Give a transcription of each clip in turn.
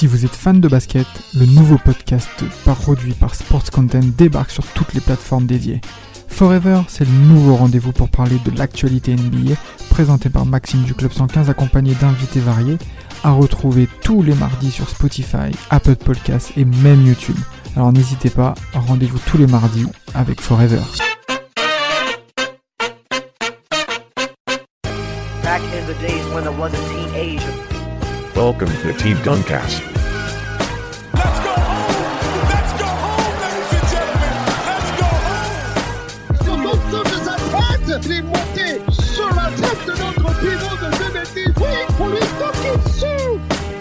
Si vous êtes fan de basket, le nouveau podcast produit par Sports Content débarque sur toutes les plateformes dédiées. Forever, c'est le nouveau rendez-vous pour parler de l'actualité NBA, présenté par Maxime du Club 115 accompagné d'invités variés, à retrouver tous les mardis sur Spotify, Apple Podcasts et même YouTube. Alors n'hésitez pas, rendez-vous tous les mardis avec Forever. Back in the days when I was a teenager. Welcome to Team Duncast. Let's go home! Let's go home, ladies and gentlemen! Let's go home! Sur l'autre de sa tête, il est monté sur la tête de notre pivot de 2 mètres. Oui, pour lui toquer dessus!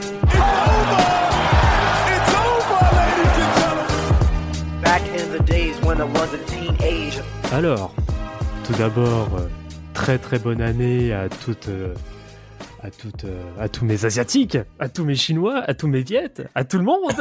It's over, ladies and gentlemen! Back in the days when I was a teenager. Alors, tout d'abord, très très bonne année à tous mes Asiatiques, à tous mes Chinois, à tous mes Viettes, à tout le monde.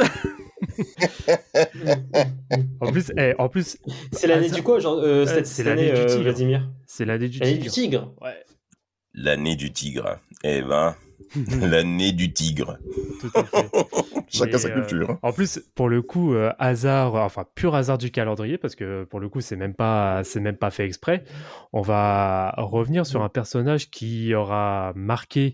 en plus, c'est l'année du quoi, genre c'est l'année du tigre, Vladimir. C'est l'année du L'année tigre. du tigre. Ouais. L'année du tigre. Eh ben, l'année du tigre. Tout à fait. Chacun sa culture. En plus, pour le coup, pur hasard du calendrier, parce que pour le coup, c'est même pas fait exprès. On va revenir sur un personnage qui aura marqué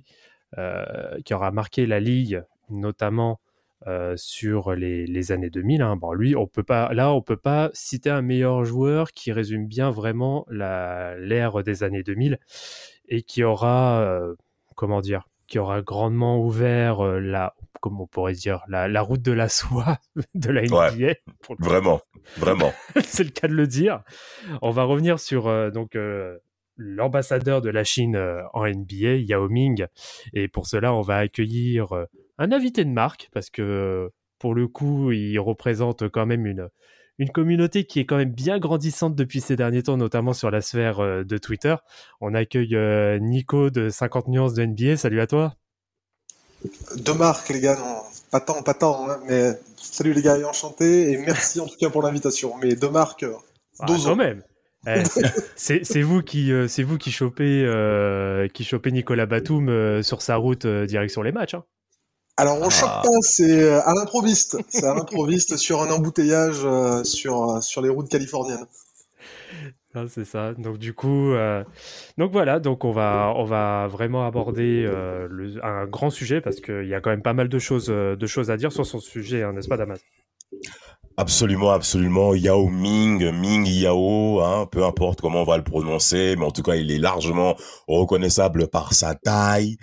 la ligue, notamment sur les années 2000. Hein. Bon, lui, on peut pas citer un meilleur joueur qui résume bien vraiment l'ère des années 2000 et qui aura, qui aura grandement ouvert comme on pourrait dire, la route de la soie de la NBA. Ouais, vraiment. C'est le cas de le dire. On va revenir sur l'ambassadeur de la Chine en NBA, Yao Ming. Et pour cela, on va accueillir un invité de marque, parce que pour le coup, il représente quand même une communauté qui est quand même bien grandissante depuis ces derniers temps, notamment sur la sphère de Twitter. On accueille Nico de 50 nuances de NBA. Salut à toi. De marque, les gars, non, pas tant, hein, mais salut les gars, et enchanté, et merci en tout cas pour l'invitation. Mais de marque, quand même. C'est vous qui chopez Nicolas Batum sur sa route direction les matchs. Hein. Alors on chope pas, c'est à l'improviste. C'est à l'improviste sur un embouteillage sur les routes californiennes. Ah, c'est ça. Donc du coup, donc on va vraiment aborder un grand sujet, parce qu'il y a quand même pas mal de choses à dire sur son sujet, hein, n'est-ce pas, Damas? Absolument. Yao Ming Yao, hein, peu importe comment on va le prononcer, mais en tout cas, il est largement reconnaissable par sa taille,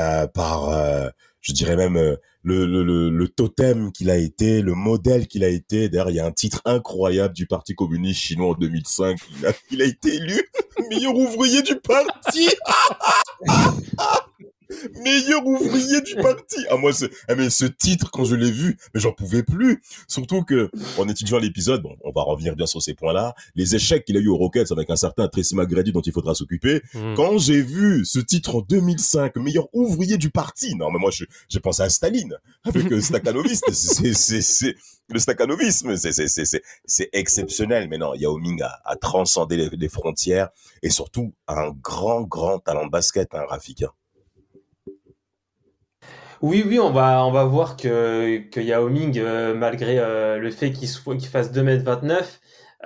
je dirais même le totem qu'il a été, le modèle qu'il a été. D'ailleurs, il y a un titre incroyable du Parti communiste chinois en 2005. Il a été élu meilleur ouvrier du parti. Meilleur ouvrier du parti. Ah, moi, mais ce titre, quand je l'ai vu, mais j'en pouvais plus. Surtout que, en étudiant l'épisode, bon, on va revenir bien sur ces points-là, les échecs qu'il a eu aux Rockets avec un certain Tracy McGrady dont il faudra s'occuper. Quand j'ai vu ce titre en 2005, meilleur ouvrier du parti, non, mais moi, j'ai pensé à Staline, avec Stakhanovisme. Le stakhanovisme, c'est exceptionnel. Mais non, Yao Ming a transcendé les frontières, et surtout, un grand talent de basket, hein, Rafika. Oui, on va voir que Yao Ming, malgré le fait qu'il fasse 2m29,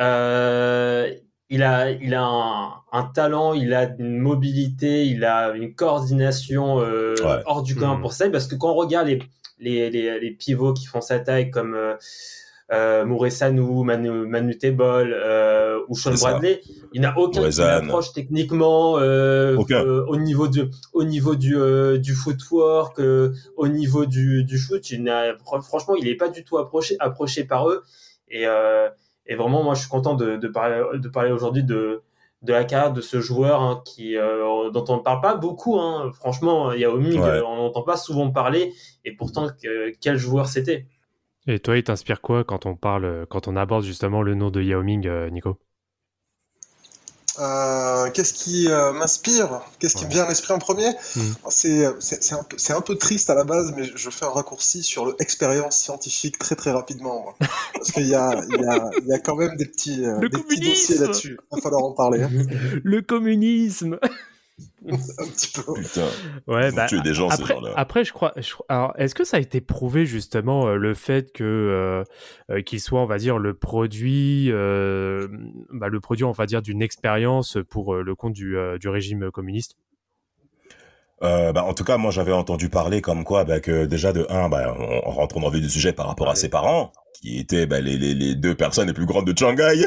il a un talent, il a une mobilité, il a une coordination hors du commun pour ça, parce que quand on regarde les pivots qui font sa taille, comme Mouré Sanou, Manu Tebol ou Sean Bradley, il n'a aucun qui l'approche techniquement au niveau du footwork, au niveau du shoot. Franchement, il n'est pas du tout approché par eux, et vraiment, moi je suis content de parler aujourd'hui de la carrière de ce joueur, hein, dont on ne parle pas beaucoup, hein. Franchement, Yao Ming, on n'entend pas souvent parler, et pourtant quel joueur c'était. Et toi, il t'inspire quoi quand on aborde justement le nom de Yao Ming, Nico? Qu'est-ce qui m'inspire? Qu'est-ce qui me vient à l'esprit en premier? C'est un peu triste à la base, mais je fais un raccourci sur l'expérience scientifique très très rapidement, moi. Parce qu'il y a quand même des petits dossiers là-dessus. Il va falloir en parler. Hein. Le communisme. Un petit peu. Putain. Ouais, Ils ont tué des gens, ces gens-là. Après, je crois. Alors, est-ce que ça a été prouvé justement le fait que qu'il soit, on va dire, le produit, on va dire, d'une expérience pour le compte du régime communiste? En tout cas, moi, j'avais entendu parler comme quoi, que déjà de un, en rentrant dans le vif du sujet par rapport à ses parents, qui étaient les deux personnes les plus grandes de Shanghai.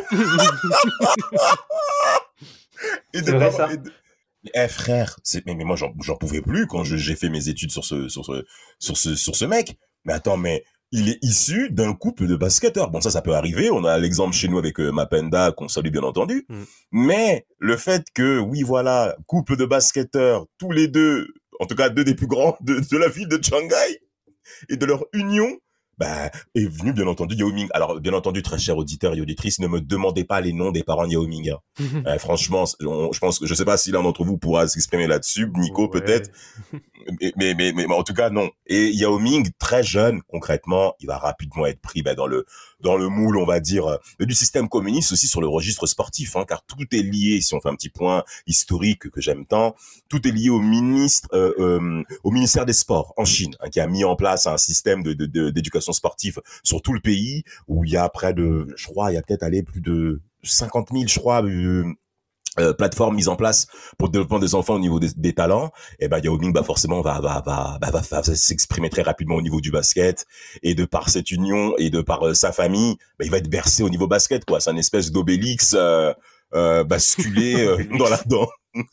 C'est vrai, ça. Frère, mais moi j'en pouvais plus quand j'ai fait mes études sur ce mec. Mais attends, mais il est issu d'un couple de basketteurs. Bon, ça peut arriver. On a l'exemple chez nous avec Mapenda, qu'on salue bien entendu. Mais le fait que, oui, voilà, couple de basketteurs, tous les deux, en tout cas deux des plus grands de la ville de Shanghai, et de leur union, est venu, bien entendu, Yao Ming. Alors, bien entendu, très chers auditeurs et auditrices, ne me demandez pas les noms des parents de Yao Ming. Franchement, je pense que je sais pas si l'un d'entre vous pourra s'exprimer là-dessus. Nico, peut-être. Mais en tout cas, non. Et Yao Ming, très jeune, concrètement, il va rapidement être pris dans le moule, on va dire, du système communiste, aussi sur le registre sportif, car tout est lié, si on fait un petit point historique que j'aime tant, tout est lié au ministère des Sports en Chine, qui a mis en place un système d'éducation sportive sur tout le pays, où il y a il y a peut-être plus de 50 000, je crois, plateforme mise en place pour le développement des enfants au niveau des talents. Et Yao Ming forcément va s'exprimer très rapidement au niveau du basket, et de par cette union et de par sa famille, il va être bercé au niveau basket, quoi. C'est une espèce d'Obélix basculé dans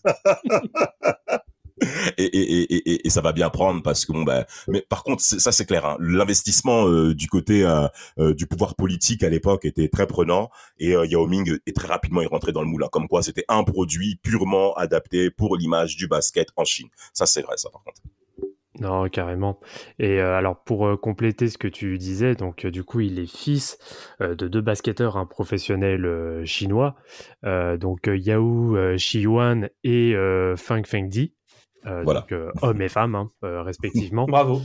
et ça va bien prendre, parce que mais par contre ça c'est clair, l'investissement du côté du pouvoir politique à l'époque était très prenant, et Yao Ming est très rapidement rentré dans le moule, comme quoi c'était un produit purement adapté pour l'image du basket en Chine. Ça c'est vrai, ça, par contre. Non, carrément. Et alors, pour compléter ce que tu disais, donc du coup, il est fils de deux basketteurs professionnels chinois, donc Yao Shiyuan et Fang Fengdi. Voilà. Donc hommes et femmes, respectivement. Bravo.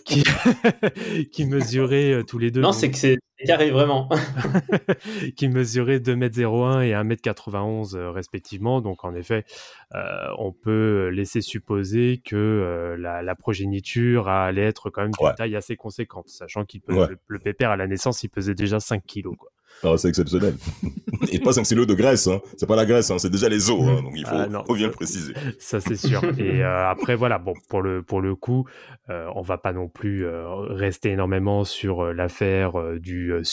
Qui mesuraient tous les deux. Non, c'est que c'est carré, vraiment. Qui mesuraient 2m01 et 1m91 respectivement. Donc en effet, on peut laisser supposer que la progéniture allait être quand même d'une taille assez conséquente, sachant qu'il le pépère à la naissance, il pesait déjà 5 kilos, quoi. Alors, c'est exceptionnel. Et pas 5 kilos de graisse, c'est pas la graisse, c'est déjà les os, donc il faut bien le préciser. Ça, c'est sûr. Et après, voilà, bon, pour le coup, on va pas non plus rester énormément sur l'affaire de la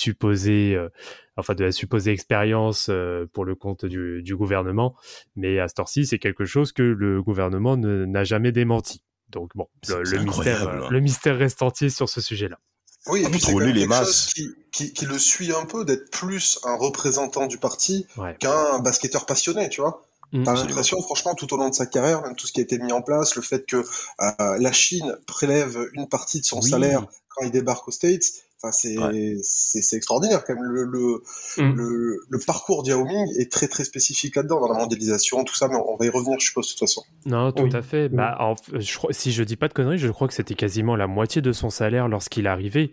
supposée expérience pour le compte du gouvernement, mais à cette heure-ci, c'est quelque chose que le gouvernement n'a jamais démenti. Donc bon, le mystère reste entier sur ce sujet-là. Oui, et puis c'est quand même quelque chose qui le suit un peu, d'être plus un représentant du parti qu'un basketteur passionné, tu vois. T'as l'impression, franchement, tout au long de sa carrière, même tout ce qui a été mis en place, le fait que la Chine prélève une partie de son salaire quand il débarque aux States, c'est extraordinaire quand même. Le parcours d'Yao Ming est très très spécifique là-dedans, dans la mondialisation, tout ça, mais on va y revenir, je suppose, de toute façon. Non, tout à fait. Si je dis pas de conneries, je crois que c'était quasiment la moitié de son salaire lorsqu'il est arrivé.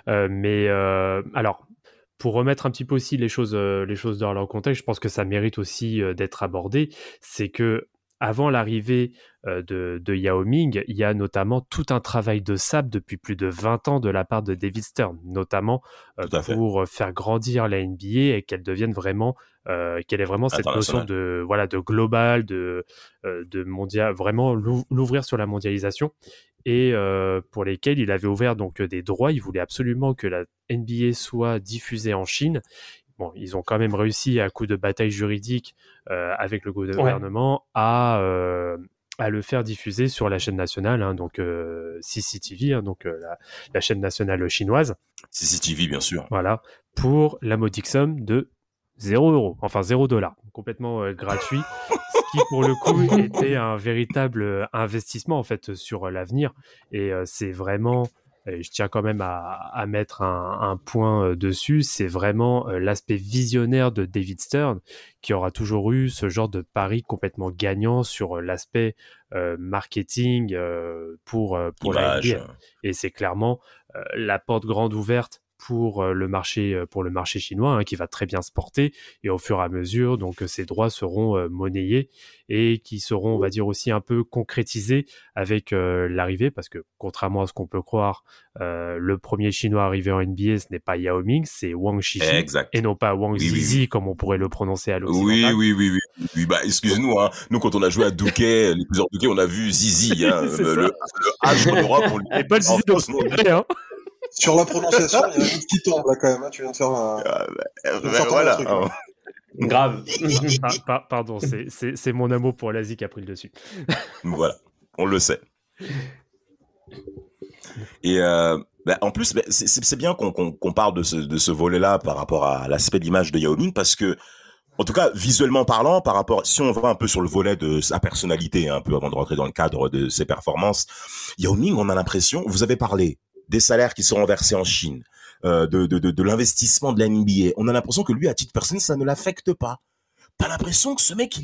Alors, pour remettre un petit peu aussi les choses dans leur contexte, je pense que ça mérite aussi d'être abordé. C'est que avant l'arrivée de Yao Ming, il y a notamment tout un travail de sable depuis plus de 20 ans de la part de David Stern, notamment pour faire grandir la NBA et qu'elle devienne vraiment, qu'elle ait vraiment cette notion de global, de mondial, vraiment l'ouvrir sur la mondialisation, et pour lesquels il avait ouvert donc des droits. Il voulait absolument que la NBA soit diffusée en Chine. Bon, ils ont quand même réussi, à coup de bataille juridique avec le gouvernement, à le faire diffuser sur la chaîne nationale, donc CCTV, donc la chaîne nationale chinoise. CCTV, bien sûr. Voilà, pour la modique somme de 0 €, enfin $0, complètement gratuit, ce qui pour le coup était un véritable investissement en fait sur l'avenir. Et c'est vraiment... Et je tiens quand même à mettre un point dessus, c'est vraiment l'aspect visionnaire de David Stern, qui aura toujours eu ce genre de pari complètement gagnant sur l'aspect marketing pour la NBA. Et c'est clairement la porte grande ouverte pour le marché chinois, hein, qui va très bien se porter, et au fur et à mesure, donc ces droits seront monnayés et qui seront, on va dire, aussi un peu concrétisés avec l'arrivée, parce que contrairement à ce qu'on peut croire, le premier chinois arrivé en NBA, ce n'est pas Yao Ming, c'est Wang Shishi, et non pas Wang Zizi, comme on pourrait le prononcer à l'occidental. Oui, bah, excusez-nous, hein. Nous, quand on a joué à Douquet, les plusieurs Douquet, on a vu Zizi, hein. le H en Europe, on et pas le Zizi de hein. Sur la prononciation, il y a un bout qui tombe, là, quand même, hein. Tu viens de faire voilà. truc, Hein. Grave. Pardon, c'est mon amour pour l'Asie qui a pris le dessus. Voilà, on le sait. Et en plus, c'est bien qu'on parle de ce volet-là par rapport à l'aspect d'image de Yao Ming, parce que, en tout cas, visuellement parlant, par rapport, si on va un peu sur le volet de sa personnalité, un peu avant de rentrer dans le cadre de ses performances, Yao Ming, on a l'impression, vous avez parlé des salaires qui seront versés en Chine, de l'investissement de la NBA, on a l'impression que lui, à titre personnel, ça ne l'affecte pas. T'as l'impression que ce mec,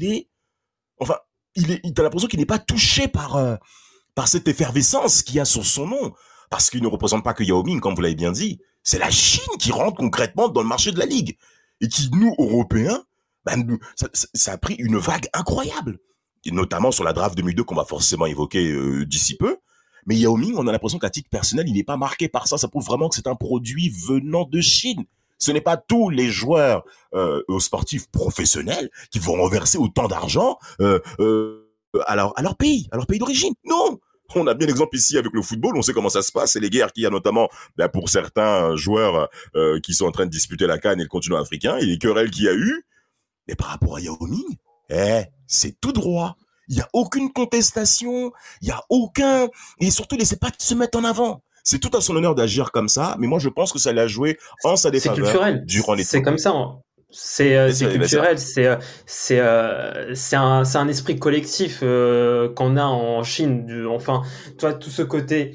t'as l'impression qu'il n'est pas touché par cette effervescence qu'il y a sur son nom. Parce qu'il ne représente pas que Yao Ming, comme vous l'avez bien dit. C'est la Chine qui rentre concrètement dans le marché de la Ligue. Et qui, nous, Européens, ça a pris une vague incroyable. Et notamment sur la draft 2002 qu'on va forcément évoquer d'ici peu. Mais Yao Ming, on a l'impression qu'à titre personnel, il n'est pas marqué par ça. Ça prouve vraiment que c'est un produit venant de Chine. Ce n'est pas tous les joueurs sportifs professionnels qui vont renverser autant d'argent à leur pays d'origine. Non. On a bien l'exemple ici avec le football, on sait comment ça se passe, c'est les guerres qu'il y a notamment pour certains joueurs qui sont en train de disputer la CAN et le continent africain, et les querelles qu'il y a eu. Mais par rapport à Yao Ming, c'est tout droit. Il n'y a aucune contestation, il n'y a aucun... Et surtout, il n'essaie pas de se mettre en avant. C'est tout à son honneur d'agir comme ça, mais moi je pense que ça l'a joué en sa défaveur. C'est culturel. Durant les C'est comme ça. Hein. C'est culturel, c'est un esprit collectif qu'on a en Chine. Enfin, toi, tout ce côté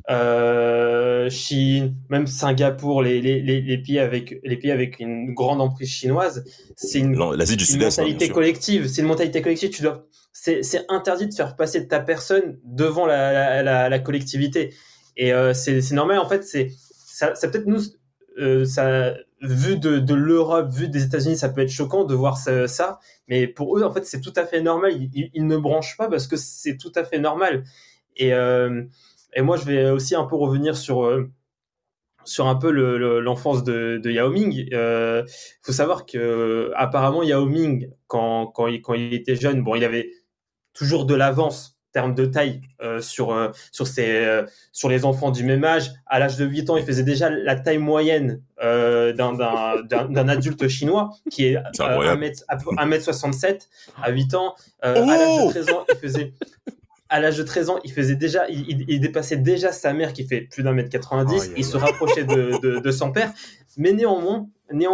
Chine, même Singapour, les pays avec une grande emprise chinoise, c'est l'Asie du Sud-Est, mentalité collective. C'est une mentalité collective. C'est interdit de faire passer ta personne devant la collectivité. Et c'est normal. En fait, ça peut-être nous ça. Vu de l'Europe, vu des États-Unis, ça peut être choquant de voir ça, mais pour eux, en fait, c'est tout à fait normal. Ils ne branchent pas parce que c'est tout à fait normal. Et moi, je vais aussi un peu revenir sur un peu l'enfance de Yao Ming. Faut savoir que apparemment Yao Ming, quand il était jeune, bon, il avait toujours de l'avance en termes de taille sur les enfants du même âge. À l'âge de 8 ans, il faisait déjà la taille moyenne d'un adulte chinois qui est 1m67 à 8 ans. À l'âge de 13 ans, il faisait déjà, il dépassait déjà sa mère qui fait plus d'1m90. Il se rapprochait de son père. Mais néanmoins,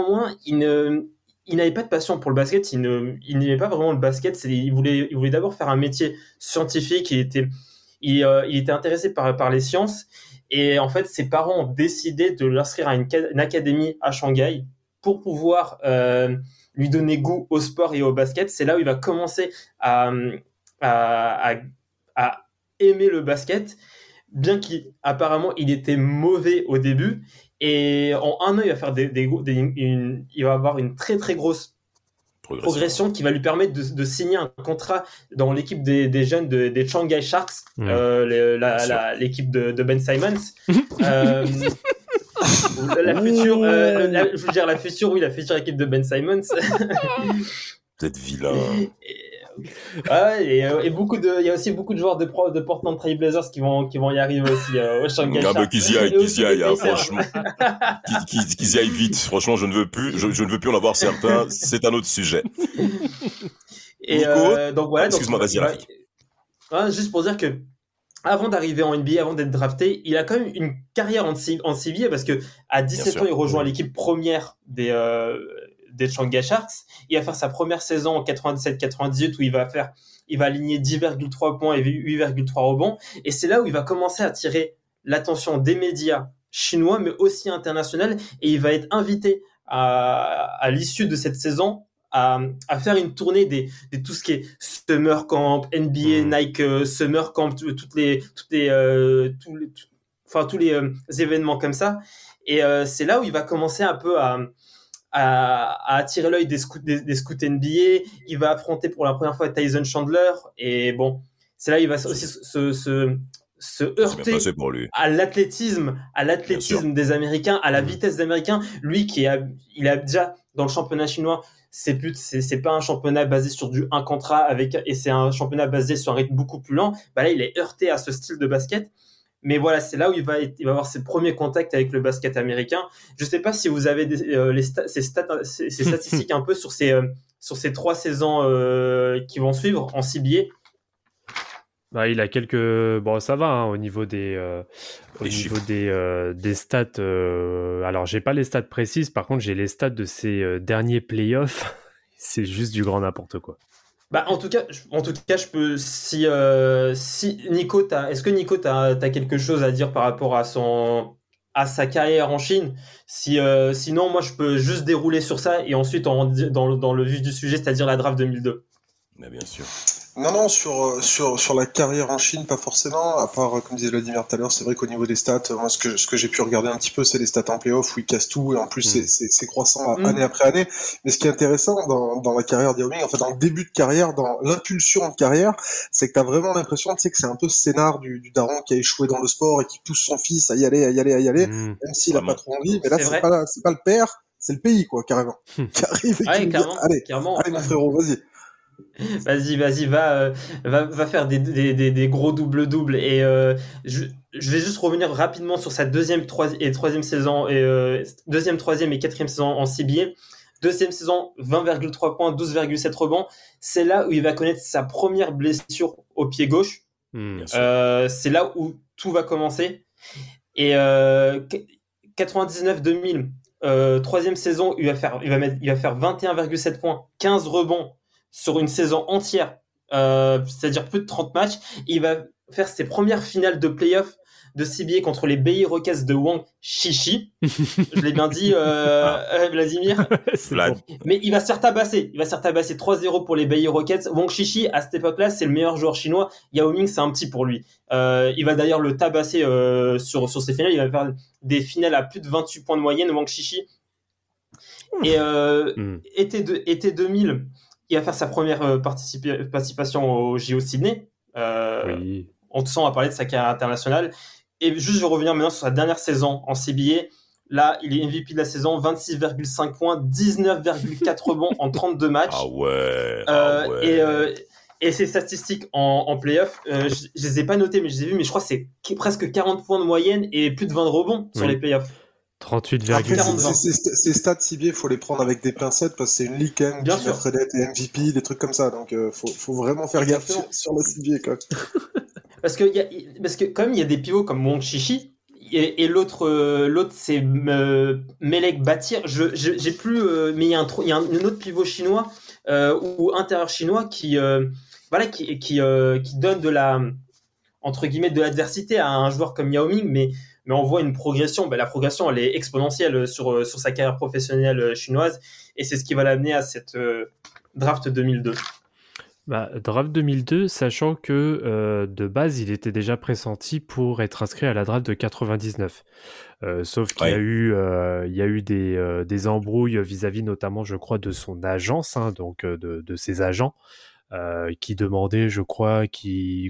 il n'avait pas de passion pour le basket, il n'aimait pas vraiment le basket, il voulait d'abord faire un métier scientifique, il était intéressé par les sciences, et en fait ses parents ont décidé de l'inscrire à une académie à Shanghai pour pouvoir lui donner goût au sport et au basket. C'est là où il va commencer à aimer le basket, bien qu'apparemment il était mauvais au début. Et en un an, il va faire il va avoir une très très grosse progression qui va lui permettre de signer un contrat dans l'équipe des jeunes des Shanghai Sharks, l'équipe de Ben Simmons. La future équipe de Ben Simmons. Peut-être vilain. Et il y a aussi beaucoup de joueurs de Portland Trail Blazers qui vont y arriver aussi au Shanghai Sharks. Qu'ils y aillent, franchement. Qu'ils y aillent vite. Franchement, je ne veux plus en avoir certains. C'est un autre sujet. Et donc voilà. Excuse-moi, vas-y. Juste pour dire que avant d'arriver en NBA, avant d'être drafté, il a quand même une carrière en CBA parce que à 17 ans, il rejoint l'équipe première des Shanghai Sharks. Il va faire sa première saison en 97-98 où il va aligner 10,3 points et 8,3 rebonds. Et c'est là où il va commencer à attirer l'attention des médias chinois, mais aussi internationaux. Et il va être invité à l'issue de cette saison à faire une tournée de tout ce qui est Summer Camp, NBA, Nike Summer Camp, événements comme ça. Et c'est là où il va commencer un peu à attirer l'œil des scouts NBA. Il va affronter pour la première fois Tyson Chandler. Et bon, c'est là où il va aussi se heurter à l'athlétisme des Américains, à la vitesse des Américains. Lui il a déjà dans le championnat chinois, c'est pas un championnat basé sur du 1 contre 1 et c'est un championnat basé sur un rythme beaucoup plus lent. Bah là, il est heurté à ce style de basket. Mais voilà, c'est là où il va avoir ses premiers contacts avec le basket américain. Je sais pas si vous avez ces statistiques un peu sur ces 3 saisons qui vont suivre en CBA. Bah, il a quelques... Bon, ça va, hein, au niveau des stats. Alors, j'ai pas les stats précises. Par contre, j'ai les stats de ses derniers playoffs. C'est juste du grand n'importe quoi. Bah, en tout cas, je peux... Si Nico, est-ce que Nico, t'as quelque chose à dire par rapport à sa carrière en Chine? Sinon, moi, je peux juste dérouler sur ça et ensuite, dans le vif du sujet, c'est-à-dire la draft 2002. Mais bien sûr. Non, sur la carrière en Chine, pas forcément, à part, comme disait Vladimir tout à l'heure, c'est vrai qu'au niveau des stats, moi, ce que j'ai pu regarder un petit peu, c'est les stats en playoff où il casse tout, et en plus, c'est croissant année après année. Mais ce qui est intéressant dans la carrière d'Yao Ming, en fait, dans le début de carrière, dans l'impulsion de carrière, c'est que t'as vraiment l'impression, tu sais, que c'est un peu ce scénar du daron qui a échoué dans le sport et qui pousse son fils à y aller, même s'il a pas trop envie. Mais là, c'est pas le père, c'est le pays, quoi, carrément. Qui arrive et qui dit, allez, mon frérot, vas-y. Vas-y, va faire des gros double-double. Et je vais juste revenir rapidement sur sa deuxième, troisième saison, deuxième, troisième et quatrième saison en CBA. Deuxième saison, 20,3 points, 12,7 rebonds. C'est là où il va connaître sa première blessure au pied gauche. C'est là où tout va commencer. Et 99-2000, troisième saison, il va faire 21,7 points, 15 rebonds sur une saison entière, c'est-à-dire plus de 30 matchs. Il va faire ses premières finales de play-off de CBA contre les Bay Rockets de Wang Shishi. Je l'ai bien dit, Vladimir. Bon. Mais il va se faire tabasser. 3-0 pour les Bay Rockets. Wang Shishi, à cette époque-là, c'est le meilleur joueur chinois. Yao Ming, c'est un petit pour lui. Il va d'ailleurs le tabasser sur ses finales. Il va faire des finales à plus de 28 points de moyenne, Wang Shishi. Et été 2000, il va faire sa première participation au JO Sydney. On sent à parler de sa carrière internationale. Et juste, je vais revenir maintenant sur sa dernière saison en CBA. Là, il est MVP de la saison, 26,5 points, 19,4 rebonds en 32 matchs. Ah ouais. Et ses statistiques en play-off, je les ai pas notées, mais je les ai vues, mais je crois que c'est presque 40 points de moyenne et plus de 20 rebonds sur les play-offs. 38,4. Ces stats CBA, il faut les prendre avec des pincettes parce que c'est une league quand même. Bien sûr. Fredette et MVP, des trucs comme ça. Donc, faut vraiment faire gaffe sur la CBA, quoi. Parce que comme il y a des pivots comme Wang Shishi et l'autre c'est Melek Batir. J'ai plus, mais il y a un autre pivot chinois ou intérieur chinois qui donne de la, entre guillemets, de l'adversité à un joueur comme Yao Ming, mais on voit une progression. La progression, elle est exponentielle sur sa carrière professionnelle chinoise, et c'est ce qui va l'amener à cette draft 2002. Draft 2002, sachant que de base, il était déjà pressenti pour être inscrit à la draft de 99. Sauf qu'il y a eu des embrouilles vis-à-vis notamment, je crois, de son agence, donc de ses agents, qui demandaient, je crois, qu'ils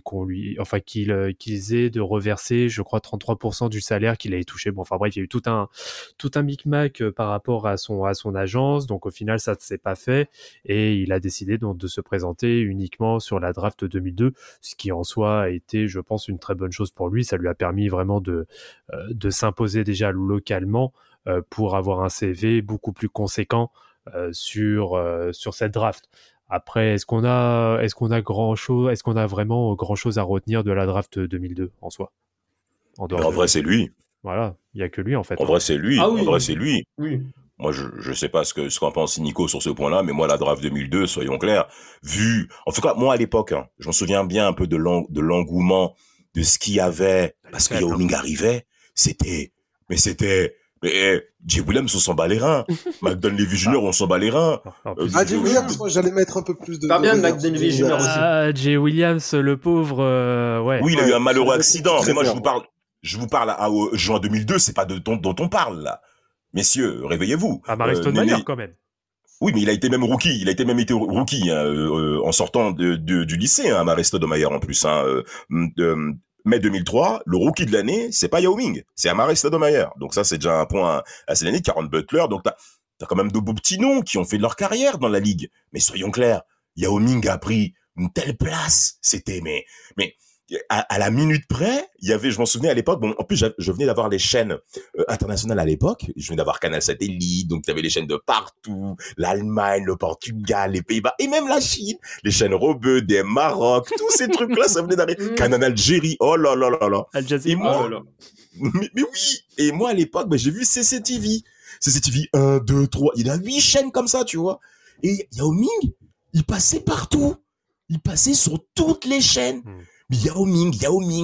aient de reverser, je crois, 33% du salaire qu'il avait touché. Bon, enfin bref, il y a eu tout un micmac par rapport à son agence. Donc au final, ça ne s'est pas fait et il a décidé donc de se présenter uniquement sur la draft 2002, ce qui en soi a été, je pense, une très bonne chose pour lui. Ça lui a permis vraiment de s'imposer déjà localement pour avoir un CV beaucoup plus conséquent sur cette draft. Après, est-ce qu'on a vraiment grand chose à retenir de la draft 2002 en soi? En vrai, c'est lui. Voilà, il y a que lui en fait. En vrai, c'est lui. Ah oui. En vrai, c'est lui. Oui. Moi, je sais pas ce qu'en pense Nico sur ce point-là, mais moi, la draft 2002, soyons clairs, en tout cas, moi, à l'époque, je m'en souviens bien un peu de l'engouement, de ce qu'il y avait, parce que Yao Ming arrivait, mais Jay Williams, on s'en bat les reins. McDonald Levy Jr., on s'en bat les reins. Jay Williams, moi, j'allais mettre un peu plus de... Pas bien, McDonald Levy Jr. aussi. Jay Williams, le pauvre, ouais. Oui, il a eu un malheureux accident, mais moi, je vous parle... Je vous parle au juin 2002, c'est pas dont on parle, là. Messieurs, réveillez-vous. Mario Stoudemire, quand même. Oui, mais il a été même rookie. Il a été même été rookie en sortant du lycée, hein, Mario Stoudemire en plus. Mai 2003, le rookie de l'année, c'est pas Yao Ming, c'est Mario Stoudemire. Donc ça, c'est déjà un point assez l'année. Caron Butler. Donc t'as quand même de beaux petits noms qui ont fait de leur carrière dans la ligue. Mais soyons clairs, Yao Ming a pris une telle place. C'était mais à la minute près, il y avait, je m'en souvenais à l'époque, bon, en plus, je venais d'avoir les chaînes internationales à l'époque, je venais d'avoir Canal Satellite, donc il y avait les chaînes de partout, l'Allemagne, le Portugal, les Pays-Bas, et même la Chine, les chaînes Rebeu, des Maroc, tous ces trucs-là, ça venait d'arriver. Canal Algérie, oh là là là là. Al Jazeera. Et moi, mais oui, et moi à l'époque, j'ai vu CCTV 1, 2, 3, il y en a 8 chaînes comme ça, tu vois. Et Yao Ming, il passait partout, il passait sur toutes les chaînes. Yao Ming.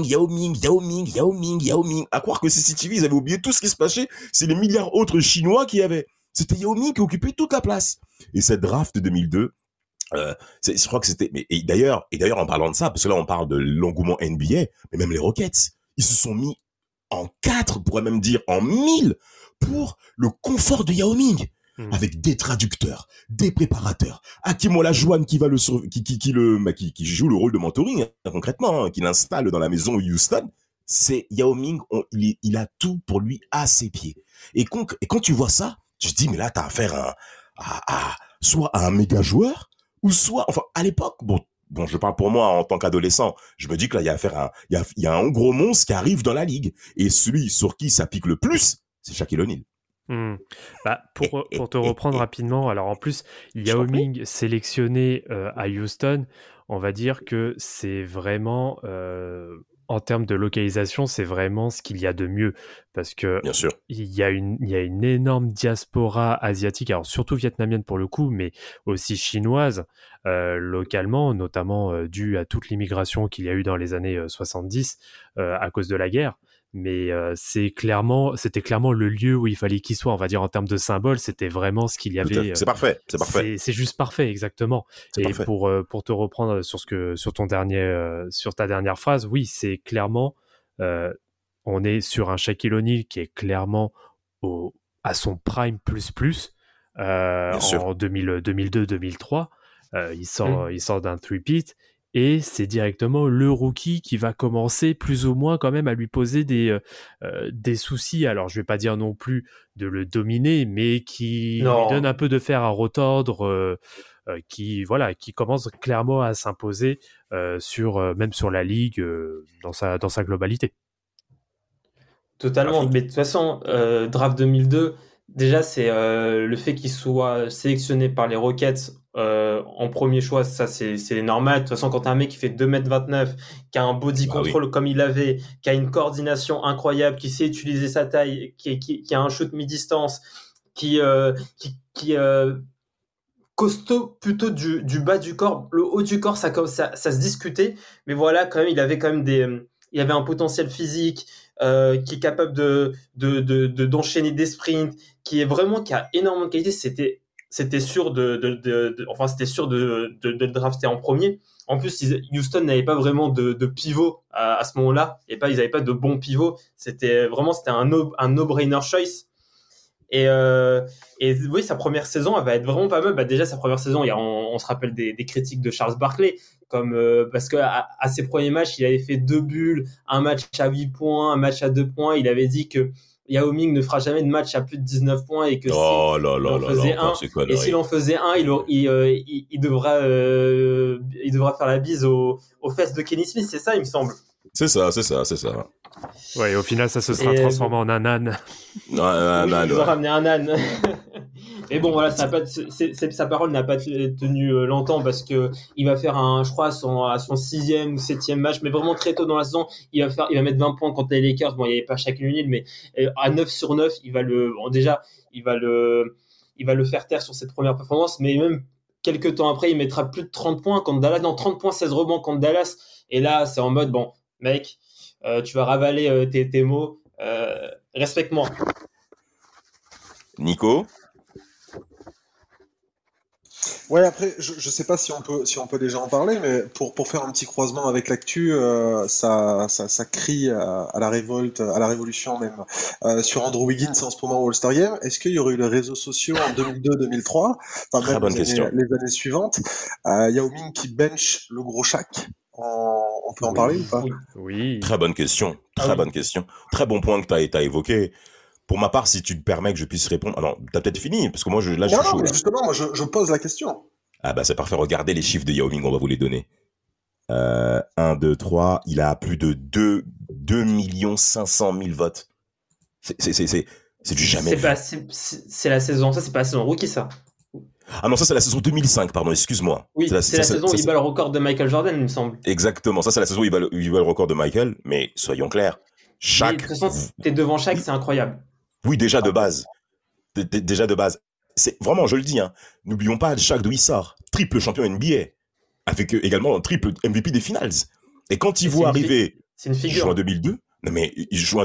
À croire que CCTV, ils avaient oublié tout ce qui se passait. C'est les milliards autres Chinois qui avaient. C'était Yao Ming qui occupait toute la place. Et cette draft 2002, je crois que c'était. Et d'ailleurs, en parlant de ça, parce que là, on parle de l'engouement NBA, mais même les Rockets, ils se sont mis en 4, on pourrait même dire en 1000, pour le confort de Yao Ming. Avec des traducteurs, des préparateurs, Hakim Olajuwon qui joue le rôle de mentoring, hein, concrètement, hein, qui l'installe dans la maison Houston. C'est Yao Ming, il a tout pour lui à ses pieds. Et quand tu vois ça, tu te dis, mais là, t'as affaire soit à un méga joueur, ou soit, enfin, à l'époque, bon, je parle pour moi en tant qu'adolescent, je me dis que là, il y a un gros monstre qui arrive dans la ligue. Et celui sur qui ça pique le plus, c'est Shaquille O'Neal. Pour te reprendre rapidement, alors en plus, Yao Ming sélectionné à Houston, on va dire que c'est vraiment, en termes de localisation, c'est vraiment ce qu'il y a de mieux. Parce que bien sûr, il y a une énorme diaspora asiatique, alors surtout vietnamienne pour le coup, mais aussi chinoise, localement, notamment due à toute l'immigration qu'il y a eu dans les années 70 à cause de la guerre. Mais c'était clairement le lieu où il fallait qu'il soit, on va dire, en termes de symbole, c'était vraiment ce qu'il y avait. C'est parfait. C'est juste parfait, exactement. Et parfait. Pour te reprendre sur ta dernière phrase, oui, c'est clairement, on est sur un Shaquille O'Neal qui est clairement à son prime plus en 2002-2003. Il sort d'un three-peat. Et c'est directement le rookie qui va commencer plus ou moins quand même à lui poser des soucis. Alors, je vais pas dire non plus de le dominer, mais qui lui donne un peu de fer à retordre, qui commence clairement à s'imposer même sur la ligue dans sa globalité. Totalement. Mais de toute façon, draft 2002, déjà, c'est le fait qu'il soit sélectionné par les Rockets en premier choix, ça c'est normal. De toute façon, quand t'as un mec qui fait 2m29, qui a un body control comme il avait, qui a une coordination incroyable, qui sait utiliser sa taille, qui a un shoot mi-distance, qui costaud plutôt du bas du corps. Le haut du corps, ça se discutait, mais voilà, quand même, il avait un potentiel physique, qui est capable d'enchaîner des sprints, qui a énormément de qualité. C'était sûr de le drafter en premier. En plus, Houston n'avait pas vraiment de pivot à ce moment-là. Ils n'avaient pas de bons pivots. C'était un no-brainer choice. Et oui, sa première saison, elle va être vraiment pas mal. Déjà, sa première saison, on se rappelle des critiques de Charles Barkley, parce que à ses premiers matchs, il avait fait 2 bulles, un match à 8 points, un match à 2 points. Il avait dit que Yao Ming ne fera jamais de match à plus de 19 points et que s'il en faisait un, il devra faire la bise aux fesses de Kenny Smith. C'est ça, il me semble. C'est ça. Ouais, au final, ça se sera transformé en un âne. Ils ont ramené un âne. Et bon, voilà, sa parole n'a pas tenu longtemps parce que il va faire je crois, à son 6e ou 7e match, mais vraiment très tôt dans la saison, il va mettre 20 points contre les Lakers. Bon, il n'y avait pas Shaquille O'Neal, mais à 9 sur 9, il va le faire taire sur cette première performance, mais même quelques temps après, il mettra plus de 30 points contre Dallas, 30 points, 16 rebonds contre Dallas. Et là, c'est en mode, bon, mec, tu vas ravaler tes mots, respecte-moi. Nico? Ouais, après, je sais pas si on peut déjà en parler, mais pour faire un petit croisement avec l'actu, ça crie à la révolte, à la révolution même, sur Andrew Wiggins en ce moment au All-Star Game. Est-ce qu'il y aurait eu les réseaux sociaux en 2002-2003, enfin Très même bonne question. les années suivantes, Yao Ming qui bench le gros Shaq, on peut en parler ou pas? Oui. Très bonne question. Très bonne question. Très bon point que t'as évoqué. Pour ma part, si tu te permets que je puisse répondre. Ah non, t'as peut-être fini, parce que moi, je suis Non, chaud, mais là. justement, moi je pose la question. Ah bah c'est parfait, regardez les chiffres de Yao Ming, on va vous les donner. 1, 2, 3, il a plus de 2 500 000 votes. C'est du jamais vu. C'est la saison, ça c'est pas la saison rookie ça. Ah non, ça c'est la saison 2005, pardon, excuse-moi. Oui, c'est la saison où il bat le record de Michael Jordan, il me semble. Exactement, ça c'est la saison où il bat le record de Michael, mais soyons clairs, Mais de toute façon, t'es devant Shaq, c'est incroyable. Oui, déjà de base. Déjà de base. C'est vraiment, je le dis, hein, n'oublions pas Shaq d'où il sort. Triple champion NBA. Avec également un triple MVP des finals. Et quand il voit arriver juin 2002, non mais juin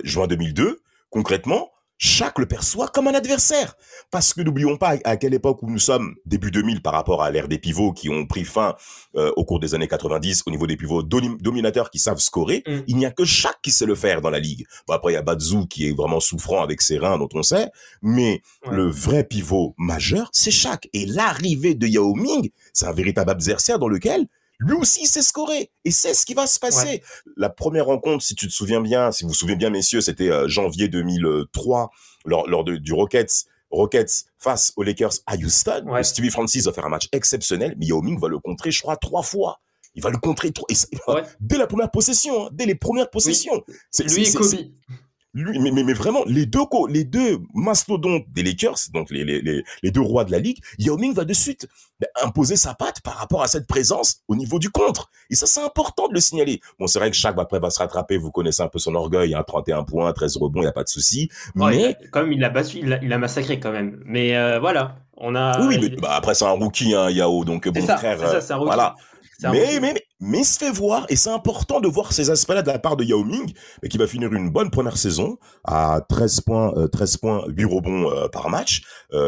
2002, concrètement, Shaq le perçoit comme un adversaire. Parce que n'oublions pas à quelle époque où nous sommes, début 2000 par rapport à l'ère des pivots qui ont pris fin au cours des années 90 au niveau des pivots dominateurs qui savent scorer, il n'y a que Shaq qui sait le faire dans la ligue. Bon, après il y a Badzu qui est vraiment souffrant avec ses reins dont on sait, mais le vrai pivot majeur, c'est Shaq. Et l'arrivée de Yao Ming, c'est un véritable adversaire dans lequel lui aussi sait scorer et c'est ce qui va se passer. Ouais. La première rencontre, si tu te souviens bien, si vous vous souvenez bien messieurs, c'était janvier 2003 lors du Rockets face aux Lakers à Houston. Ouais. Stevie Francis va faire un match exceptionnel, mais Yao Ming va le contrer, je crois, 3 fois. Il va le contrer dès la première possession, hein, dès les premières possessions. Oui. Lui et Kobe. Lui, mais vraiment, les deux mastodontes des Lakers, donc les deux rois de la ligue, Yao Ming va de suite imposer sa patte par rapport à cette présence au niveau du contre. Et ça, c'est important de le signaler. Bon, c'est vrai que Shaq après va se rattraper, vous connaissez un peu son orgueil, hein, 31 points, 13 rebonds, il n'y a pas de souci. Ouais, mais quand même, il l'a massacré quand même. Mais voilà, on a... Oui, mais après, c'est un rookie, hein, Yao, donc bon frère... c'est un rookie. Voilà. Mais il se fait voir, et c'est important de voir ces aspects-là de la part de Yao Ming, mais qui va finir une bonne première saison à 13 points, 8 rebonds par match.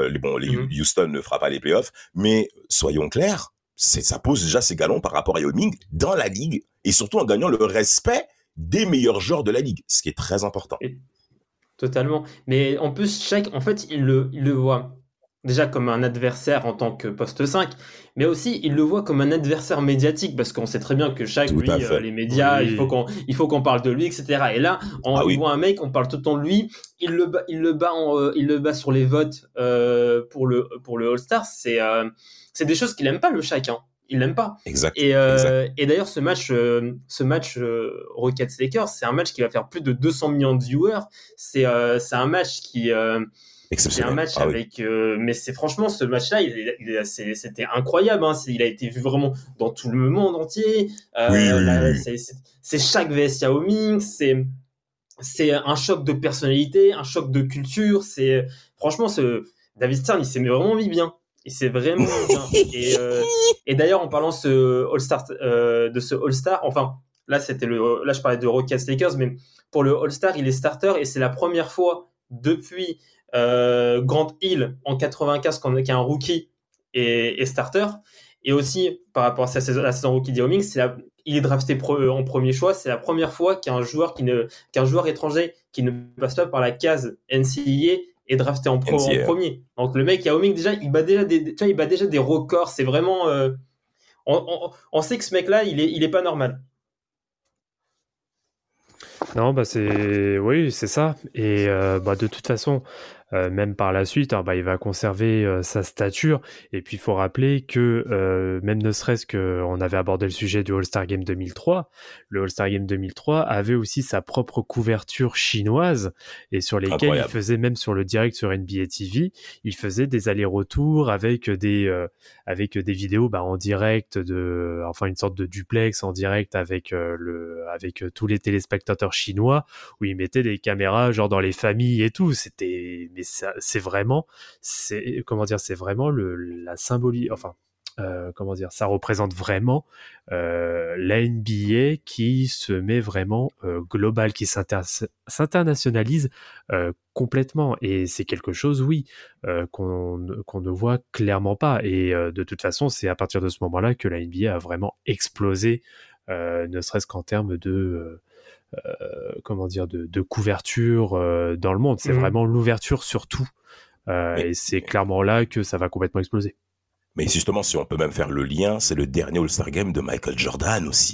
Houston ne fera pas les playoffs, mais soyons clairs, ça pose déjà ses galons par rapport à Yao Ming dans la ligue, et surtout en gagnant le respect des meilleurs joueurs de la ligue, ce qui est très important. Totalement. Mais en plus, Shaq, en fait, il le voit déjà comme un adversaire en tant que poste 5, mais aussi il le voit comme un adversaire médiatique, parce qu'on sait très bien que Shaq, lui, les médias, il faut qu'on parle de lui, etc. Et là, il voit un mec, on parle tout le temps de lui, il le bat sur les votes pour le All-Star. C'est des choses qu'il aime pas, le Shaq, hein. Il l'aime pas. Exact. Et d'ailleurs, ce match Rockets Lakers, c'est un match qui va faire plus de 200 millions de viewers. C'est un match qui c'est un match avec, mais c'est franchement ce match-là, c'était incroyable. Hein. Il a été vu vraiment dans tout le monde entier. C'est Shaq vs Yao Ming. C'est un choc de personnalité, un choc de culture. Franchement, David Stern, il s'est vraiment mis bien. Il s'est vraiment bien. Et d'ailleurs, en parlant de ce All-Star, enfin, là je parlais de Rockets Lakers, mais pour le All-Star, il est starter et c'est la première fois depuis Grant Hill en 95 qui est un rookie et starter. Et aussi, par rapport à la saison rookie d'Yao Ming, il est drafté en premier choix. C'est la première fois qu'un joueur étranger qui ne passe pas par la case NCAA est drafté en premier. Donc le mec Yao Ming, déjà, il bat déjà des records. C'est vraiment... on sait que ce mec-là, il est pas normal. Non, oui, c'est ça. Et de toute façon, même par la suite, il va conserver sa stature. Et puis, il faut rappeler que même ne serait-ce qu'on avait abordé le sujet du All-Star Game 2003, le All-Star Game 2003 avait aussi sa propre couverture chinoise et sur lesquelles il faisait, même sur le direct sur NBA TV, il faisait des allers-retours avec des vidéos en direct, une sorte de duplex en direct avec tous les téléspectateurs chinois où il mettait des caméras genre dans les familles et tout. C'est vraiment la symbolique, ça représente vraiment la NBA qui se met vraiment global, qui s'internationalise complètement. Et c'est quelque chose, oui, qu'on ne voit clairement pas. Et de toute façon, c'est à partir de ce moment-là que la NBA a vraiment explosé, ne serait-ce qu'en termes de couverture dans le monde. C'est vraiment l'ouverture sur tout. Et c'est clairement là que ça va complètement exploser. Mais justement, si on peut même faire le lien, c'est le dernier All-Star Game de Michael Jordan aussi.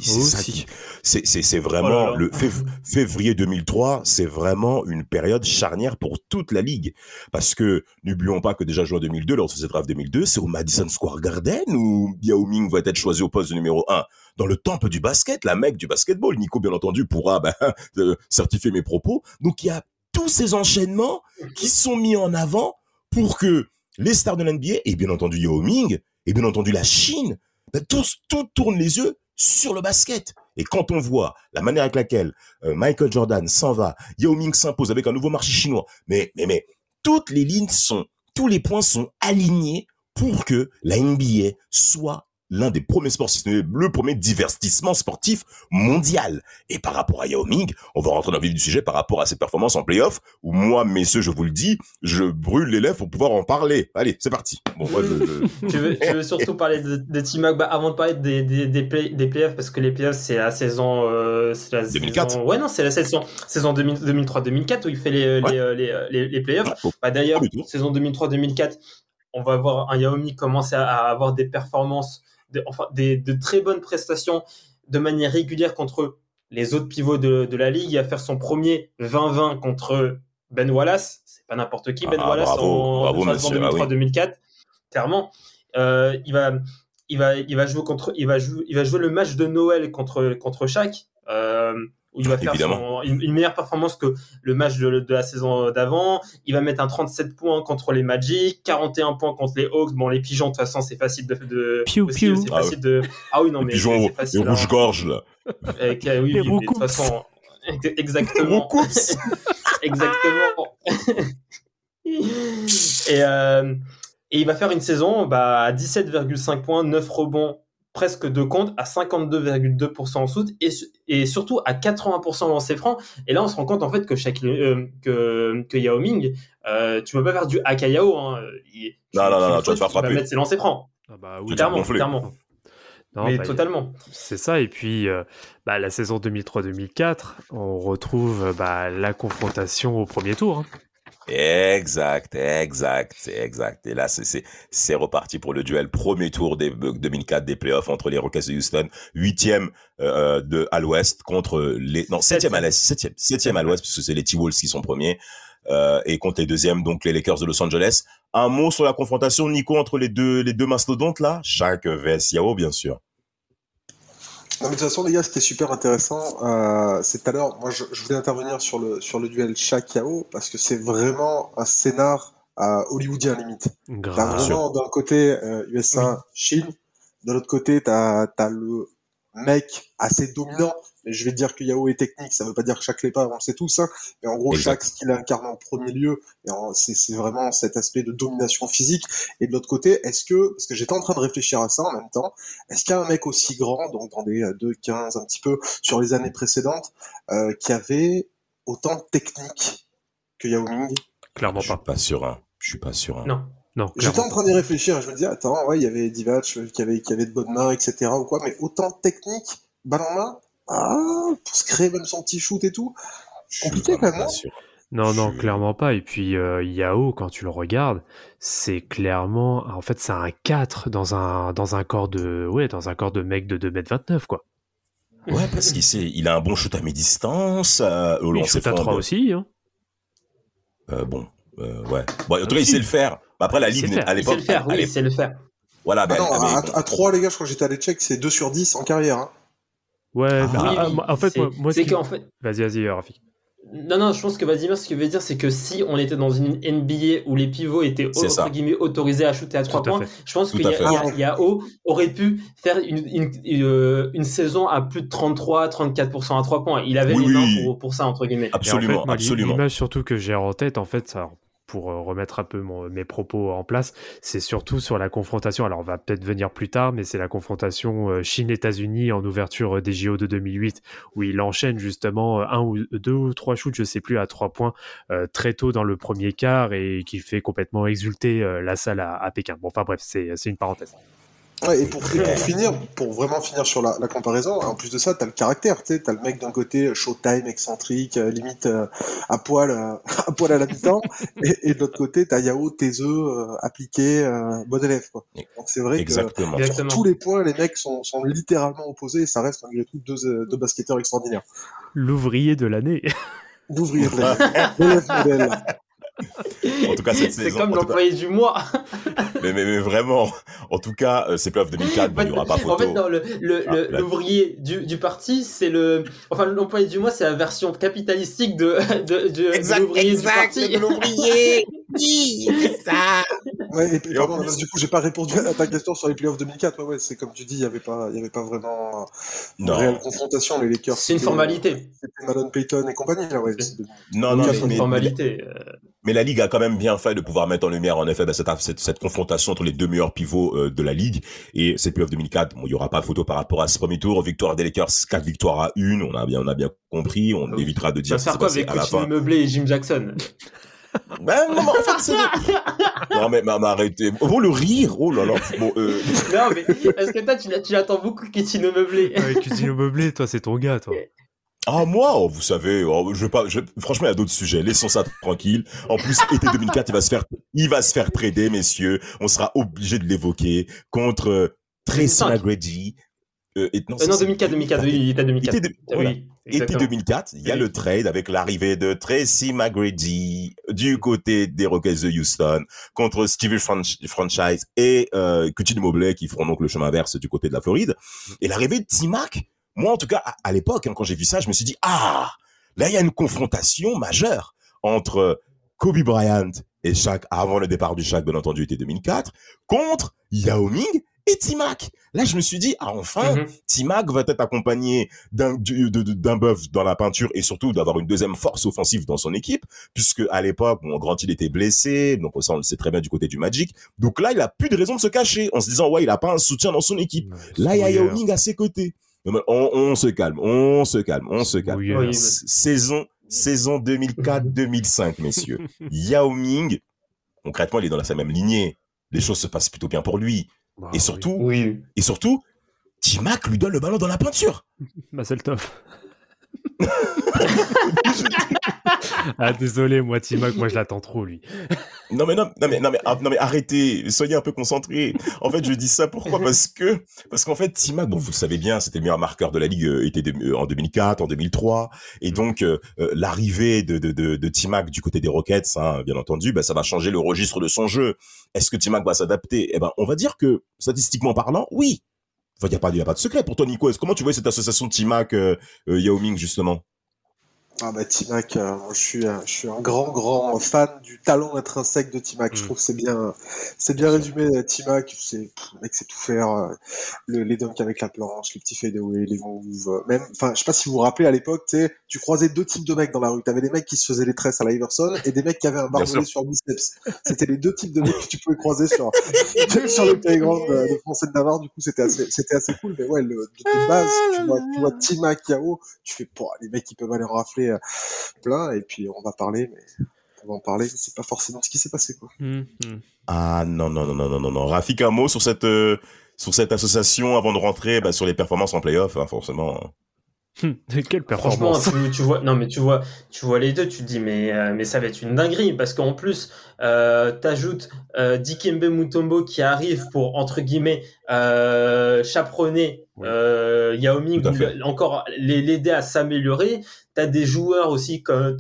C'est vraiment le février 2003, c'est vraiment une période charnière pour toute la ligue. Parce que, n'oublions pas que déjà joué en 2002, lors de ce draft 2002, c'est au Madison Square Garden où Yao Ming va être choisi au poste de numéro 1. Dans le temple du basket, la Mecque du basketball. Nico, bien entendu, pourra certifier mes propos. Donc, il y a tous ces enchaînements qui sont mis en avant pour que les stars de l'NBA, et bien entendu Yao Ming, et bien entendu la Chine, tout tourne les yeux sur le basket. Et quand on voit la manière avec laquelle Michael Jordan s'en va, Yao Ming s'impose avec un nouveau marché chinois, mais toutes les lignes tous les points sont alignés pour que la NBA soit l'un des premiers sports, si ce n'est le premier divertissement sportif mondial. Et par rapport à Yao Ming, on va rentrer dans le vif du sujet par rapport à ses performances en play-off, où moi, messieurs, je vous le dis, je brûle les lèvres pour pouvoir en parler. Allez, c'est parti. Bon, moi, tu veux surtout parler de T-Mac, avant de parler des playoffs, parce que les playoffs, c'est la saison... 2004. Ouais, non, c'est la saison 2003-2004 où il fait les playoffs. D'ailleurs, saison 2003-2004, on va voir un Yao Ming commencer à avoir des performances, de très bonnes prestations de manière régulière contre les autres pivots de la ligue. Il va faire son premier 20-20 contre Ben Wallace. C'est pas n'importe qui, Ben Wallace, bravo, en 2003-2004. Clairement, il va jouer le match de Noël contre Shaq. Où il va faire une meilleure performance que le match de la saison d'avant. Il va mettre un 37 points contre les Magic, 41 points contre les Hawks. Bon, les pigeons, de toute façon, c'est facile de c'est facile de... Ah oui, non, mais pigeons, c'est facile. Les rouges-gorges, là. Oui, de toute façon, exactement. Exactement. Et il va faire une saison à 17,5 points, 9 rebonds, presque 2 comptes, à 52,2% en shoot et surtout à 80% en lancers francs. Et là, on se rend compte en fait que Yao Ming, tu ne peux pas faire du haka Yao. Hein. Non, tu vas te faire frapper. Il va mettre ses lancers francs. Oui, clairement. Non, mais totalement. C'est ça. Et puis, la saison 2003-2004, on retrouve la confrontation au premier tour. Hein. Exact. Et là, c'est reparti pour le duel premier tour des 2004 des playoffs entre les Rockets de Houston, 8e à l'ouest contre les... Non, 7e à l'est, 7e à l'ouest, parce que c'est les T-Wolves qui sont premiers, et contre les deuxièmes, donc les Lakers de Los Angeles. Un mot sur la confrontation, Nico, entre les deux mastodontes, là? Shaq vs Yao, bien sûr. Non, mais de toute façon, les gars, c'était super intéressant. C'est tout à l'heure, moi, je voulais intervenir sur le duel Shaq-Yao parce que c'est vraiment un scénar hollywoodien limite. T'as vraiment d'un côté USA, Chine, de l'autre côté t'as le mec assez dominant. Mais je vais te dire que Yao est technique, ça veut pas dire que Shaq l'est pas, on le sait tous. Hein. Mais en gros, Shaq, ce qu'il incarne en premier lieu, c'est vraiment cet aspect de domination physique. Et de l'autre côté, parce que j'étais en train de réfléchir à ça en même temps, est-ce qu'il y a un mec aussi grand, donc dans des 2-15 un petit peu, sur les années précédentes, qui avait autant de technique que Yao Ming? Clairement pas. Je suis pas sûr. Non. J'étais en train d'y réfléchir, je me disais, attends, ouais, il y avait Divac qui avait de bonnes mains, etc. ou quoi, mais autant de technique, balle en main, pour se créer même son petit shoot et tout, compliqué quand même. Non, clairement pas. Et puis Yao, quand tu le regardes, c'est clairement, en fait, c'est un 4 dans un corps de mec de 2m29, quoi. Ouais, parce qu'il a un bon shoot à mi-distance, il shoot à 3 aussi, hein. Ouais. Bon, en tout cas, il sait le faire. Après, la ligue, à l'époque... Il sait le faire. Voilà, à 3, les gars, je crois que j'étais allé check, c'est 2 sur 10 en carrière, hein. Ouais, en fait, moi c'est qu'en fait... Vas-y, Rafik. Non, je pense que Vladimir, ce qu'il veut dire, c'est que si on était dans une NBA où les pivots étaient entre guillemets autorisés à shooter à 3 points, je pense que Yao aurait pu faire une saison à plus de 33-34% à 3 points. Il avait les mains pour ça, entre guillemets. Absolument. L'image surtout que j'ai en tête, en fait, ça, pour remettre un peu mes propos en place, c'est surtout sur la confrontation. Alors, on va peut-être venir plus tard, mais c'est la confrontation Chine-États-Unis en ouverture des JO de 2008, où il enchaîne justement 1 ou 2 ou 3 shoots, je sais plus, à 3 points très tôt dans le premier quart et qui fait complètement exulter la salle à Pékin. Bon, enfin bref, c'est une parenthèse. Ouais, et pour finir, pour vraiment finir sur la comparaison, en plus de ça, t'as le caractère, tu sais, t'as le mec d'un côté showtime, excentrique, limite à poil à la mi-temps, et de l'autre côté, t'as Yao, taiseux, appliqué, bon élève, quoi. Donc c'est vrai Exactement. que sur tous les points, les mecs sont littéralement opposés, et ça reste malgré tout deux basketteurs extraordinaires. L'ouvrier de l'année. L'ouvrier de l'année. L'élève modèle. En tout cas, cette C'est saison. comme l'employé du mois. Mais vraiment, en tout cas, ces playoffs 2004, il n'y aura pas photo. En fait, non, l'ouvrier du parti, c'est l'employé du mois, c'est la version capitalistique de l'ouvrier du parti. De l'ouvrier. Oui, c'est ça. Ouais, et puis, pardon, du coup, j'ai pas répondu à ta question sur les playoffs 2004. Ouais, c'est comme tu dis, il y avait pas vraiment une réelle confrontation. Les Lakers. C'est une formalité. C'était Malone Payton et compagnie, là, ouais. Non, c'est une formalité. Mais la Ligue a quand même bien fait de pouvoir mettre en lumière, en effet, cette confrontation entre les deux meilleurs pivots de la Ligue. Et ces playoffs 2004, il y aura pas de photo par rapport à ce premier tour. Victoire des Lakers, 4 victoires à 1. On a bien compris. On évitera de dire ça faire quoi avec Coutinho Meublé et Jim Jackson? Ben non, en fait, c'est... Non, mais arrêtez. Oh, le rire. Oh là là. Bon, Non, mais est-ce que toi, tu l'attends beaucoup, Coutinho Meublé? Coutinho Meublé, toi, c'est ton gars, toi. Ah, moi, vous savez, franchement, il y a d'autres sujets. Laissons ça tranquille. En plus, été 2004, il va se faire trader, messieurs. On sera obligé de l'évoquer contre Tracy McGrady. Non, 2004, oui, il était 2004. Été 2004, il y a le trade avec l'arrivée de Tracy McGrady du côté des Rockets de Houston contre Stevie Franchise et Coutinho Mobley qui feront donc le chemin inverse du côté de la Floride. Et l'arrivée de T-Mac, moi en tout cas à l'époque, quand j'ai vu ça, je me suis dit là il y a une confrontation majeure entre Kobe Bryant et Shaq avant le départ du Shaq, bien entendu, été 2004, contre Yao Ming et T-Mac. Là, je me suis dit, enfin, T-Mac va être accompagné d'un bœuf dans la peinture et surtout d'avoir une deuxième force offensive dans son équipe, puisque à l'époque, Grant il était blessé, donc ça on le sait très bien du côté du Magic. Donc là, il a plus de raison de se cacher en se disant, ouais, il a pas un soutien dans son équipe. Là, il y a Yao Ming à ses côtés. On se calme. Oui. Saison 2004-2005, messieurs. Yao Ming, concrètement, il est dans la même lignée. Les choses se passent plutôt bien pour lui. Et surtout, T-Mac lui donne le ballon dans la peinture. Bah, c'est le top. Désolé, moi, T-Mac, moi, je l'attends trop, lui. Non, mais arrêtez, soyez un peu concentrés. En fait, je dis ça pourquoi? Parce qu'en fait, T-Mac, bon, vous le savez bien, c'était le meilleur marqueur de la Ligue, en 2004, en 2003. Et donc, l'arrivée de T-Mac du côté des Rockets, bien entendu, ça va changer le registre de son jeu. Est-ce que T-Mac va s'adapter? On va dire que, statistiquement parlant, oui. Enfin, il n'y a pas de secret. Pour toi, Nico, comment tu vois cette association de T-Mac, Yao Ming, justement? T-Mac, moi, je suis un grand fan du talent intrinsèque de T-Mac. Je trouve que c'est bien résumé. T-Mac, le mec sait tout faire, les dunks avec la planche, les petits fadeaway, les moves, même, enfin, je sais pas si vous vous rappelez à l'époque, tu croisais deux types de mecs dans la rue. T'avais des mecs qui se faisaient les tresses à la Iverson et des mecs qui avaient un barbelé sur le biceps. C'était les deux types de mecs que tu pouvais croiser sur le playground de Français de Navarre. Du coup, c'était assez cool. Mais ouais, de base, tu vois T-Mac, Yao, tu fais, les mecs, ils peuvent aller rafler plein, et puis on va en parler, c'est pas forcément ce qui s'est passé, quoi. Ah non. Rafik, un mot sur cette association avant de rentrer sur les performances en play-off, forcément. Quelle performance! Franchement, tu vois les deux, tu te dis mais ça va être une dinguerie parce qu'en plus t'ajoutes Dikembe Mutombo qui arrive pour entre guillemets chaperonner Yao Ming, encore l'aider à s'améliorer. T'as des joueurs aussi comme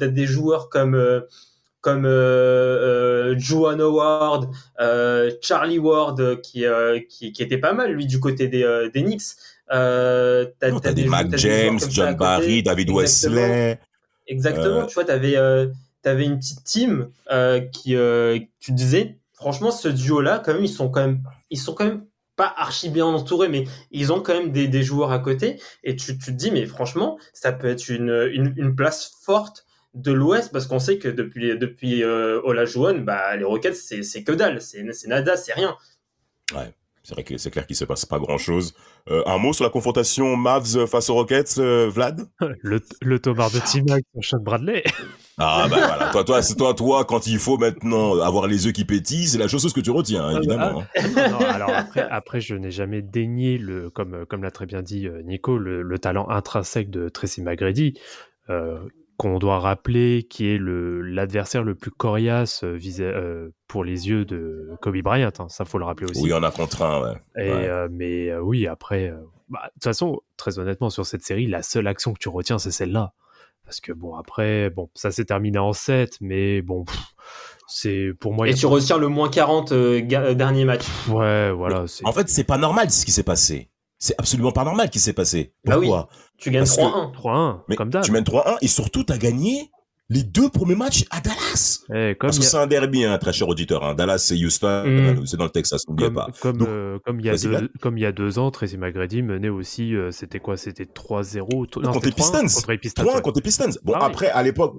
Juwan Howard, Charlie Ward qui était pas mal lui du côté des Knicks. T'as des Mac James, John Barry, David Wesley. Exactement, tu vois, t'avais une petite team qui tu disais, franchement, ce duo-là, quand même, ils sont quand même pas archi bien entourés, mais ils ont quand même des joueurs à côté. Et tu te dis, mais franchement, ça peut être une place forte de l'Ouest, parce qu'on sait que depuis Olajuwon, les Rockets, c'est que dalle, c'est nada, c'est rien. Ouais. C'est vrai que c'est clair qu'il se passe pas grand-chose. Un mot sur la confrontation Mavs face aux Rockets, Vlad? Le tomard de T-Mac sur Sean Bradley. Ah bah voilà, c'est toi quand il faut maintenant avoir les yeux qui pétillent, c'est la chose que tu retiens, évidemment. Non, alors après, je n'ai jamais dénié comme l'a très bien dit Nico, le talent intrinsèque de Tracy McGrady, qu'on doit rappeler, qui est l'adversaire le plus coriace pour les yeux de Kobe Bryant. Hein, ça, faut le rappeler aussi. Oui, on a contre un, ouais. Mais oui, après, de toute façon, très honnêtement, sur cette série, la seule action que tu retiens, c'est celle-là. Parce que après, ça s'est terminé en 7, mais c'est pour moi. Et tu retiens le moins 40 dernier match. Ouais, voilà. En fait, c'est pas normal ce qui s'est passé. C'est absolument pas normal ce qui s'est passé. Pourquoi? Oui, tu gagnes 3-1. 3-1, mais comme d'hab. Tu mènes 3-1 et surtout, t'as gagné les 2 premiers matchs à Dallas. Parce que c'est un derby, très cher auditeur. Hein. Dallas, c'est Houston, c'est dans le Texas, n'oubliez pas. Comme il y a 2 ans, Tracy McGrady menait aussi, c'était quoi? C'était 3-0 contre les Pistons. 3-1 contre les Pistons. Bon, après, à l'époque,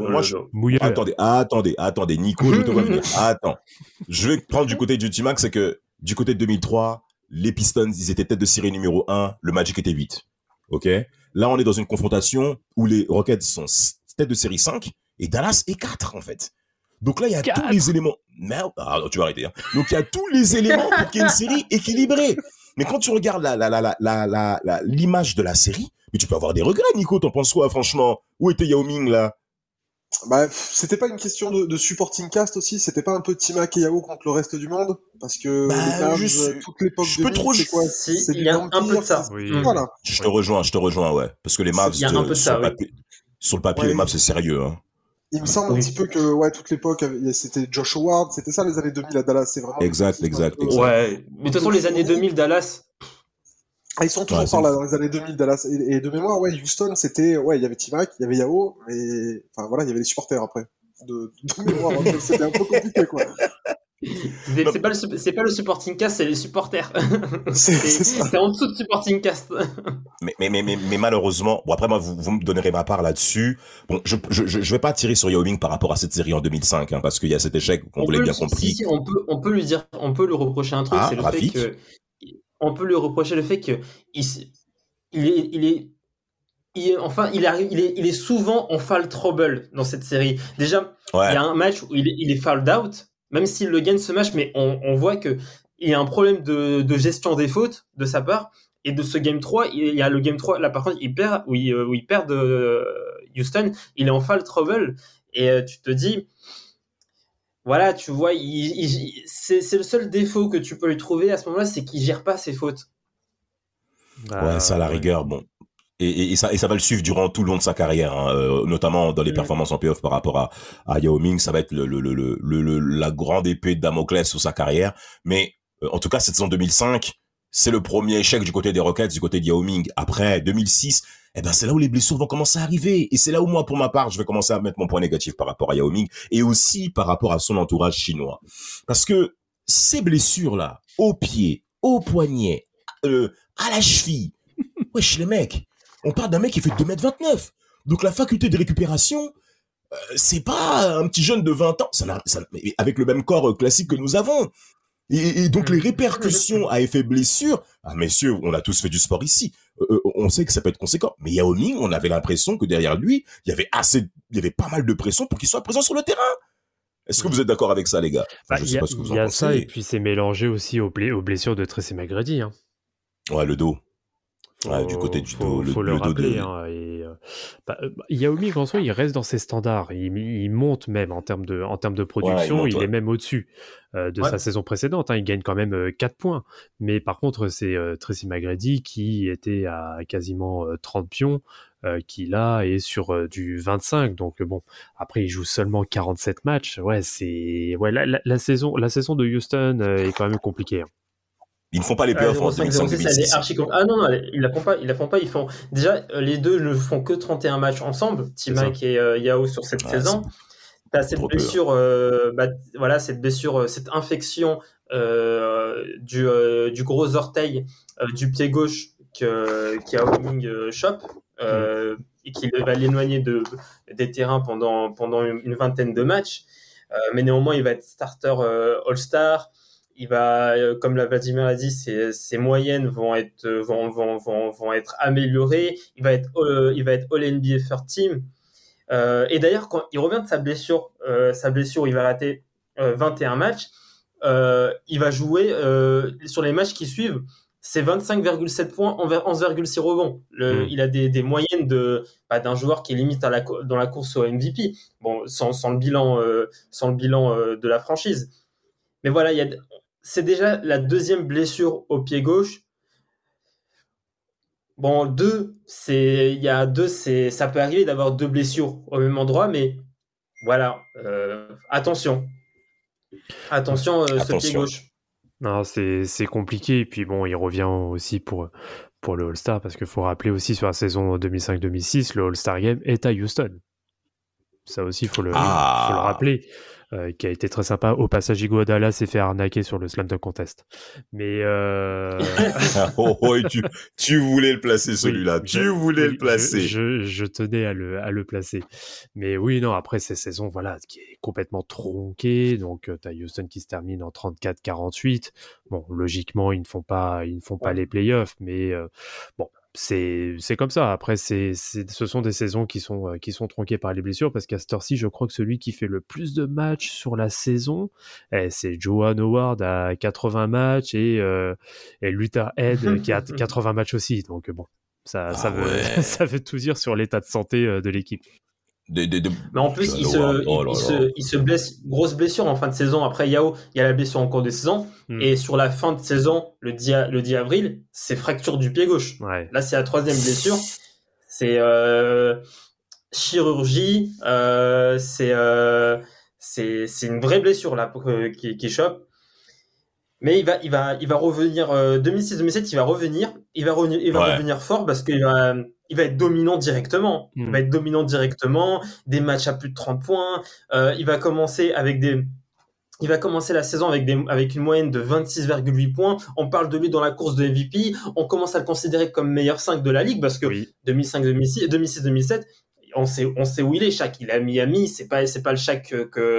Attendez, Nico, je vais te revenir. Attends. Je vais prendre du côté du T-Mac, c'est que du côté de 2003, les Pistons, ils étaient tête de série numéro 1, le Magic était 8. OK? Là, on est dans une confrontation où les Rockets sont tête de série 5 et Dallas est 4, en fait. Donc là, il y a tous les éléments. Merde. Ah, non, tu vas arrêter. Hein. Donc, il y a tous les éléments pour qu'il y ait une série équilibrée. Mais quand tu regardes l'image de la série, mais tu peux avoir des regrets, Nico. T'en penses quoi, franchement? Où était Yao Ming, là? C'était pas une question de supporting cast aussi, c'était pas un peu T-Mac et Yao contre le reste du monde, parce que toute l'époque de Ming, c'est quoi? Il y a un peu de ça. Oui. Voilà. Je te rejoins, ouais. Parce que les Mavs, il y a un peu de ça, sur le papier, les Mavs, c'est sérieux, hein. Il me semble un petit peu que toute l'époque, c'était Josh Howard, c'était ça les années 2000 à Dallas, c'est vraiment... Exact. Ouais, mais de toute façon, les années 2000 Dallas... ils sont toujours par là, dans les années 2000 Dallas. Et de mémoire, Houston, c'était... Ouais, il y avait T-Mac, il y avait Yao, mais... Enfin, voilà, il y avait les supporters après. De mémoire, c'était un peu compliqué, quoi. C'est pas le supporting cast, c'est les supporters. C'est en dessous de supporting cast. mais malheureusement, bon après moi vous me donnerez ma part là-dessus. Bon, je vais pas tirer sur Yao Ming par rapport à cette série en 2005, hein, parce qu'il y a cet échec qu'on voulait bien compris. Si, on peut lui dire, on peut lui reprocher un truc, c'est le fait que on peut lui reprocher le fait que il est souvent en foul trouble dans cette série. Déjà, il y a un match où il est fouled out. Même s'il le gagne ce match, mais on voit qu'il y a un problème de gestion des fautes de sa part. Et de ce Game 3, il y a le Game 3, là par contre, il perd de Houston, il est en foul trouble. Et tu te dis, voilà, tu vois, c'est le seul défaut que tu peux lui trouver à ce moment-là, c'est qu'il gère pas ses fautes. Ouais, ça à la rigueur, bon. Et ça va le suivre durant tout le long de sa carrière, hein, notamment dans les performances en playoff par rapport à Yao Ming, ça va être la grande épée de Damoclès sur sa carrière. Mais en tout cas, cette saison 2005, c'est le premier échec du côté des Rockets, du côté de Yao Ming. Après 2006, c'est là où les blessures vont commencer à arriver. Et c'est là où moi, pour ma part, je vais commencer à mettre mon point négatif par rapport à Yao Ming et aussi par rapport à son entourage chinois. Parce que ces blessures-là, au pied, au poignet, à la cheville, wesh les mecs, on parle d'un mec qui fait 2m29. Donc la faculté de récupération, c'est pas un petit jeune de 20 ans, avec le même corps classique que nous avons. Et donc les répercussions à effet blessure, messieurs, on a tous fait du sport ici, on sait que ça peut être conséquent. Mais Yao Ming, on avait l'impression que derrière lui, il y avait pas mal de pression pour qu'il soit présent sur le terrain. Est-ce que vous êtes d'accord avec ça, les gars? Je sais pas ce que vous en pensez. Il y a ça, et puis c'est mélangé aussi aux blessures de Tracy McGrady. Hein. Ouais, le dos. Du côté du dos, faut le rappeler. Hein, Yao Ming, en soi, il reste dans ses standards. Il monte même en termes de production. Il est même au-dessus de sa saison précédente. Hein. Il gagne quand même 4 points. Mais par contre, c'est Tracy McGrady qui était à quasiment 30 pions, qui là est sur du 25. Donc bon, après, il joue seulement 47 matchs. La saison de Houston est quand même compliquée. Hein. Ils ne font pas les playoffs en 2005-2006. Ah non, ils la font pas. Ils font déjà les deux ne font que 31 matchs ensemble, T-Mac et Yao sur cette saison. T'as cette blessure, cette infection du gros orteil du pied gauche qui Yao Ming chope. et qu'il va l'éloigner des terrains pendant une vingtaine de matchs. Mais néanmoins, il va être starter All-Star. Il va, comme Vladimir l'a dit, ses moyennes vont être améliorées. Il va être All-NBA Third Team. Et d'ailleurs, quand il revient de sa blessure, il va rater 21 matchs. Il va jouer sur les matchs qui suivent. C'est 25,7 points, 11,6 rebonds. Il a des moyennes d'un joueur qui est limite dans la course au MVP. Bon, sans le bilan de la franchise. Mais voilà, c'est déjà la deuxième blessure au pied gauche. Bon, ça peut arriver d'avoir 2 blessures au même endroit, mais voilà, attention, ce pied gauche. Non, c'est compliqué. Et puis bon, il revient aussi pour le All-Star, parce qu'il faut rappeler aussi sur la saison 2005-2006, le All-Star Game est à Houston. Ça aussi, il faut le rappeler. Qui a été très sympa. Au passage, Iguodala s'est fait arnaquer sur le Slam Dunk Contest. Mais tu voulais le placer celui-là. Tu voulais le placer. Je tenais à le placer. Mais oui, non. Après ces saisons, voilà, qui est complètement tronquée. Donc t'as Houston qui se termine en 34-48. Bon, logiquement, ils ne font pas les playoffs, mais bon. C'est comme ça. Après, ce sont des saisons qui sont tronquées par les blessures, parce qu'à cette heure-ci, je crois que celui qui fait le plus de matchs sur la saison, c'est Joan Howard à 80 matchs et Luther Head qui a 80 matchs aussi. Donc bon, ça veut tout dire sur l'état de santé de l'équipe. Mais en plus, il se blesse, grosse blessure en fin de saison. Après Yao, il y a la blessure en cours de saison. Et sur la fin de saison, le 10 avril, c'est fracture du pied gauche. Ouais. Là, c'est la 3e blessure. C'est chirurgie. C'est une vraie blessure là qui chope. Mais il va revenir 2006-2007. Il va revenir. Il va revenir fort, parce qu'il il va être dominant directement. Il va être dominant directement, des matchs à plus de 30 points. Il va commencer la saison avec une moyenne de 26,8 points. On parle de lui dans la course de MVP. On commence à le considérer comme meilleur 5 de la ligue, parce que 2006-2007, on sait où il est, Shaq. Il est à Miami. C'est pas le Shaq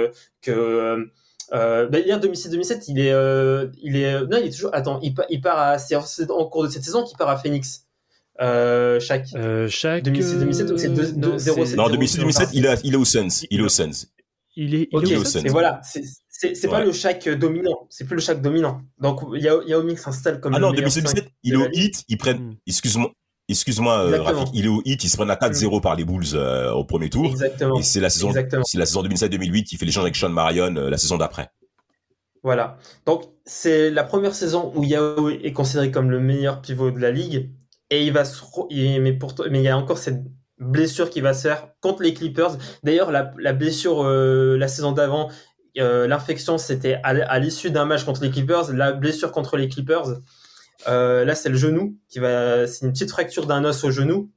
hier 2006-2007, il est toujours. Attends, il part c'est en cours de cette saison qu'il part à Phoenix. Shaq 2006-2007, c'est 2-0. Non, 2006-2007, il est au Suns. Il est au Suns. Il est au Suns. Et voilà, c'est pas le Shaq dominant. C'est plus le Shaq dominant. Donc Yao Ming s'installe comme. Ah non, 2007, il est au Heat. Ils prennent. Excuse-moi, Rafik, il est au Heat, il se prend à 4-0 par les Bulls au premier tour. Exactement. Et c'est la saison 2007-2008, il fait l'échange avec Sean Marion la saison d'après. Voilà. Donc, c'est la première saison où Yao est considéré comme le meilleur pivot de la ligue. Et mais il y a encore cette blessure qui va se faire contre les Clippers. D'ailleurs, la blessure la saison d'avant, l'infection, c'était à l'issue d'un match contre les Clippers. La blessure contre les Clippers, là, c'est le genou c'est une petite fracture d'un os au genou.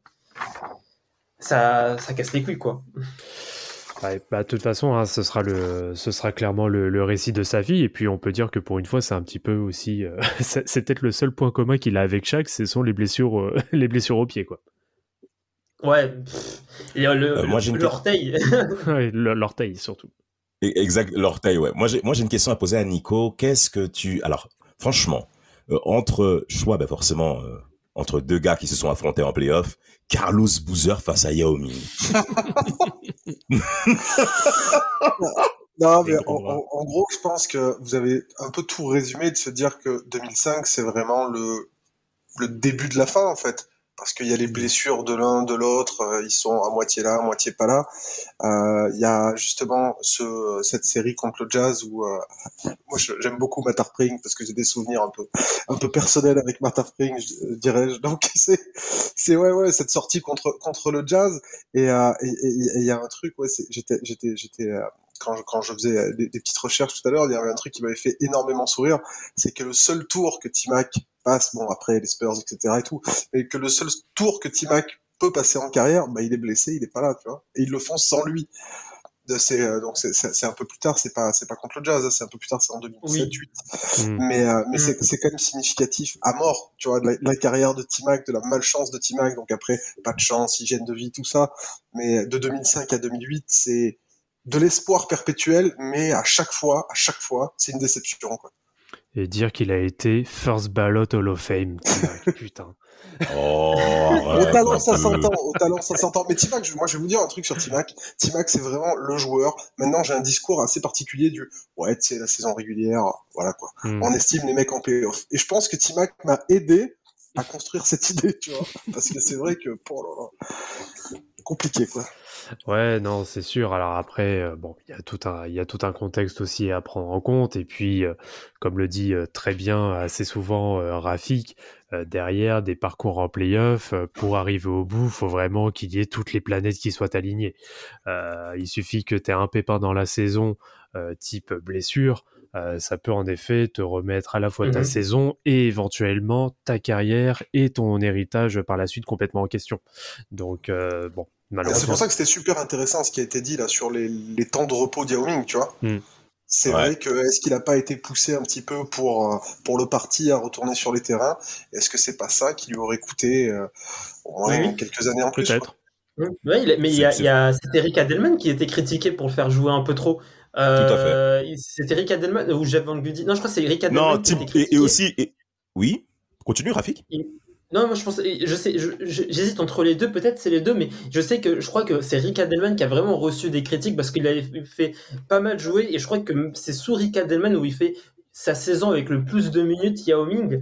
Ça casse les couilles, quoi. Ouais, de toute façon, hein, ce sera clairement le récit de sa vie. Et puis, on peut dire que pour une fois, c'est un petit peu aussi, c'est peut-être le seul point commun qu'il a avec Shaq, ce sont les blessures au pied, quoi. Ouais. L'orteil. Ouais, l'orteil surtout. Exact, l'orteil, ouais. Moi, j'ai une question à poser à Nico. Alors, franchement, entre choix, forcément, entre deux gars qui se sont affrontés en play-off, Carlos Boozer face à Yao Ming. Non, mais en gros, je pense que vous avez un peu tout résumé, de se dire que 2005, c'est vraiment le début de la fin, en fait. Parce qu'il y a les blessures de l'un, de l'autre, ils sont à moitié là, à moitié pas là. Il y a justement cette série contre le Jazz où moi j'aime beaucoup Matt Harpring parce que j'ai des souvenirs un peu personnels avec Matt Harpring, dirais-je. Donc c'est ouais cette sortie contre le Jazz et il y a un truc, ouais, j'étais quand je faisais des petites recherches tout à l'heure, il y avait un truc qui m'avait fait énormément sourire, c'est que le seul tour que T-Mac passe, bon après les Spurs, etc. et tout, mais que le seul tour que T-Mac peut passer en carrière, il est blessé, il est pas là, tu vois, et ils le font sans lui. Donc c'est un peu plus tard, c'est pas contre le Jazz, c'est un peu plus tard, c'est en 2007-8. Mais c'est quand même significatif à mort, tu vois, de la carrière de T-Mac, de la malchance de T-Mac. Donc après, pas de chance, hygiène de vie, tout ça. Mais de 2005 à 2008, c'est de l'espoir perpétuel, mais à chaque fois, c'est une déception, quoi. Et dire qu'il a été First Ballot Hall of Fame. Putain. Au talent, ça s'entend. Mais T-Mac, moi, je vais vous dire un truc sur T-Mac. T-Mac, c'est vraiment le joueur. Maintenant, j'ai un discours assez particulier du ouais, tu sais, la saison régulière, voilà, quoi. On estime les mecs en playoff. Et je pense que T-Mac m'a aidé à construire cette idée, tu vois. Parce que c'est vrai que, compliqué, quoi. Ouais, non, c'est sûr. Alors après, il y a tout un contexte aussi à prendre en compte. Et puis, comme le dit très bien assez souvent Rafik, derrière des parcours en play-off, pour arriver au bout, faut vraiment qu'il y ait toutes les planètes qui soient alignées. Il suffit que tu aies un pépin dans la saison, type blessure, ça peut en effet te remettre à la fois ta saison et éventuellement ta carrière et ton héritage par la suite complètement en question. Donc, c'est pour ça que c'était super intéressant ce qui a été dit là sur les temps de repos d'Yao Ming, tu vois. C'est vrai que est-ce qu'il n'a pas été poussé un petit peu pour le parti à retourner sur les terrains? Est-ce que c'est pas ça qui lui aurait coûté au moins quelques années en plus? Peut-être. C'était Rick Adelman qui était critiqué pour le faire jouer un peu trop. Tout à fait. C'était Rick Adelman ou Jeff Van Gundy. Non, je crois que c'est Rick Adelman qui était critiqué. Et aussi, oui, continue Rafik. Non, moi j'hésite entre les deux, peut-être c'est les deux, mais je crois que c'est Rick Adelman qui a vraiment reçu des critiques parce qu'il avait fait pas mal jouer, et je crois que c'est sous Rick Adelman où il fait sa saison avec le plus de minutes Yao Ming,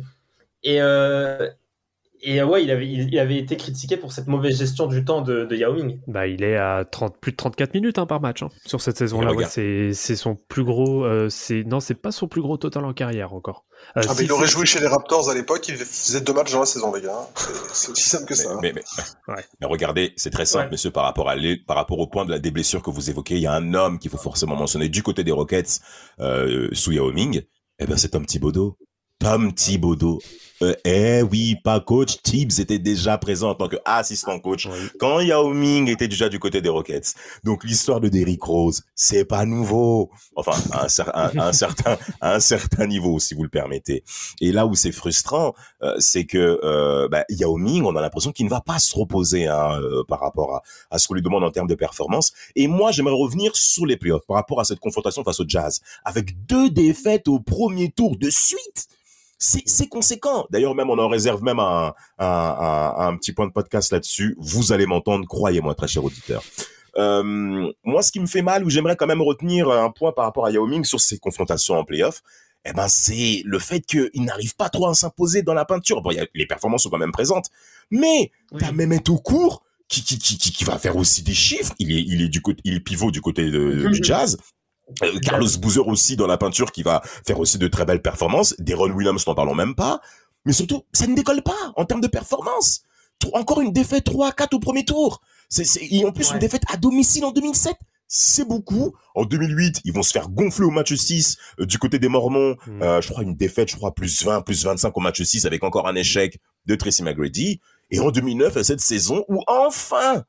et ouais, il avait été critiqué pour cette mauvaise gestion du temps de Yao Ming. Bah, il est à plus de 34 minutes par match sur cette saison-là. Ouais, c'est son plus gros. C'est pas son plus gros total en carrière encore. Mais il aurait joué chez les Raptors à l'époque. Il faisait 2 matchs dans la saison, les gars. C'est aussi simple que ça. Mais regardez, c'est très simple, monsieur, par rapport au point de des blessures que vous évoquez. Il y a un homme qu'il faut forcément mentionner du côté des Rockets sous Yao Ming. Eh ben, c'est Tom Thibodeau. Tom Thibodeau. Oui, pas coach. Tibbs était déjà présent en tant qu'assistant coach quand Yao Ming était déjà du côté des Rockets. Donc l'histoire de Derrick Rose, c'est pas nouveau. Enfin, à un certain niveau, si vous le permettez. Et là où c'est frustrant, c'est que Yao Ming, on a l'impression qu'il ne va pas se reposer par rapport à ce qu'on lui demande en termes de performance. Et moi, j'aimerais revenir sur les playoffs par rapport à cette confrontation face au Jazz, avec 2 défaites au premier tour de suite. C'est conséquent. D'ailleurs, même on en réserve même un petit point de podcast là-dessus. Vous allez m'entendre, croyez-moi, très cher auditeur. Moi, ce qui me fait mal, où j'aimerais quand même retenir un point par rapport à Yao Ming sur ces confrontations en play-off, c'est le fait qu'il n'arrive pas trop à s'imposer dans la peinture. Bon, les performances sont quand même présentes, mais t'as Mehmet Okur qui va faire aussi des chiffres. Il est pivot du côté du Jazz. Carlos Boozer aussi dans la peinture qui va faire aussi de très belles performances. Deron Williams, n'en parlons même pas. Mais surtout, ça ne décolle pas en termes de performance. Encore une défaite 3-4 au premier tour. Et en plus, une défaite à domicile en 2007. C'est beaucoup. En 2008, ils vont se faire gonfler au match 6 du côté des Mormons. Je crois une défaite, plus 20, plus 25 au match 6 avec encore un échec de Tracy McGrady. Et en 2009, cette saison où enfin...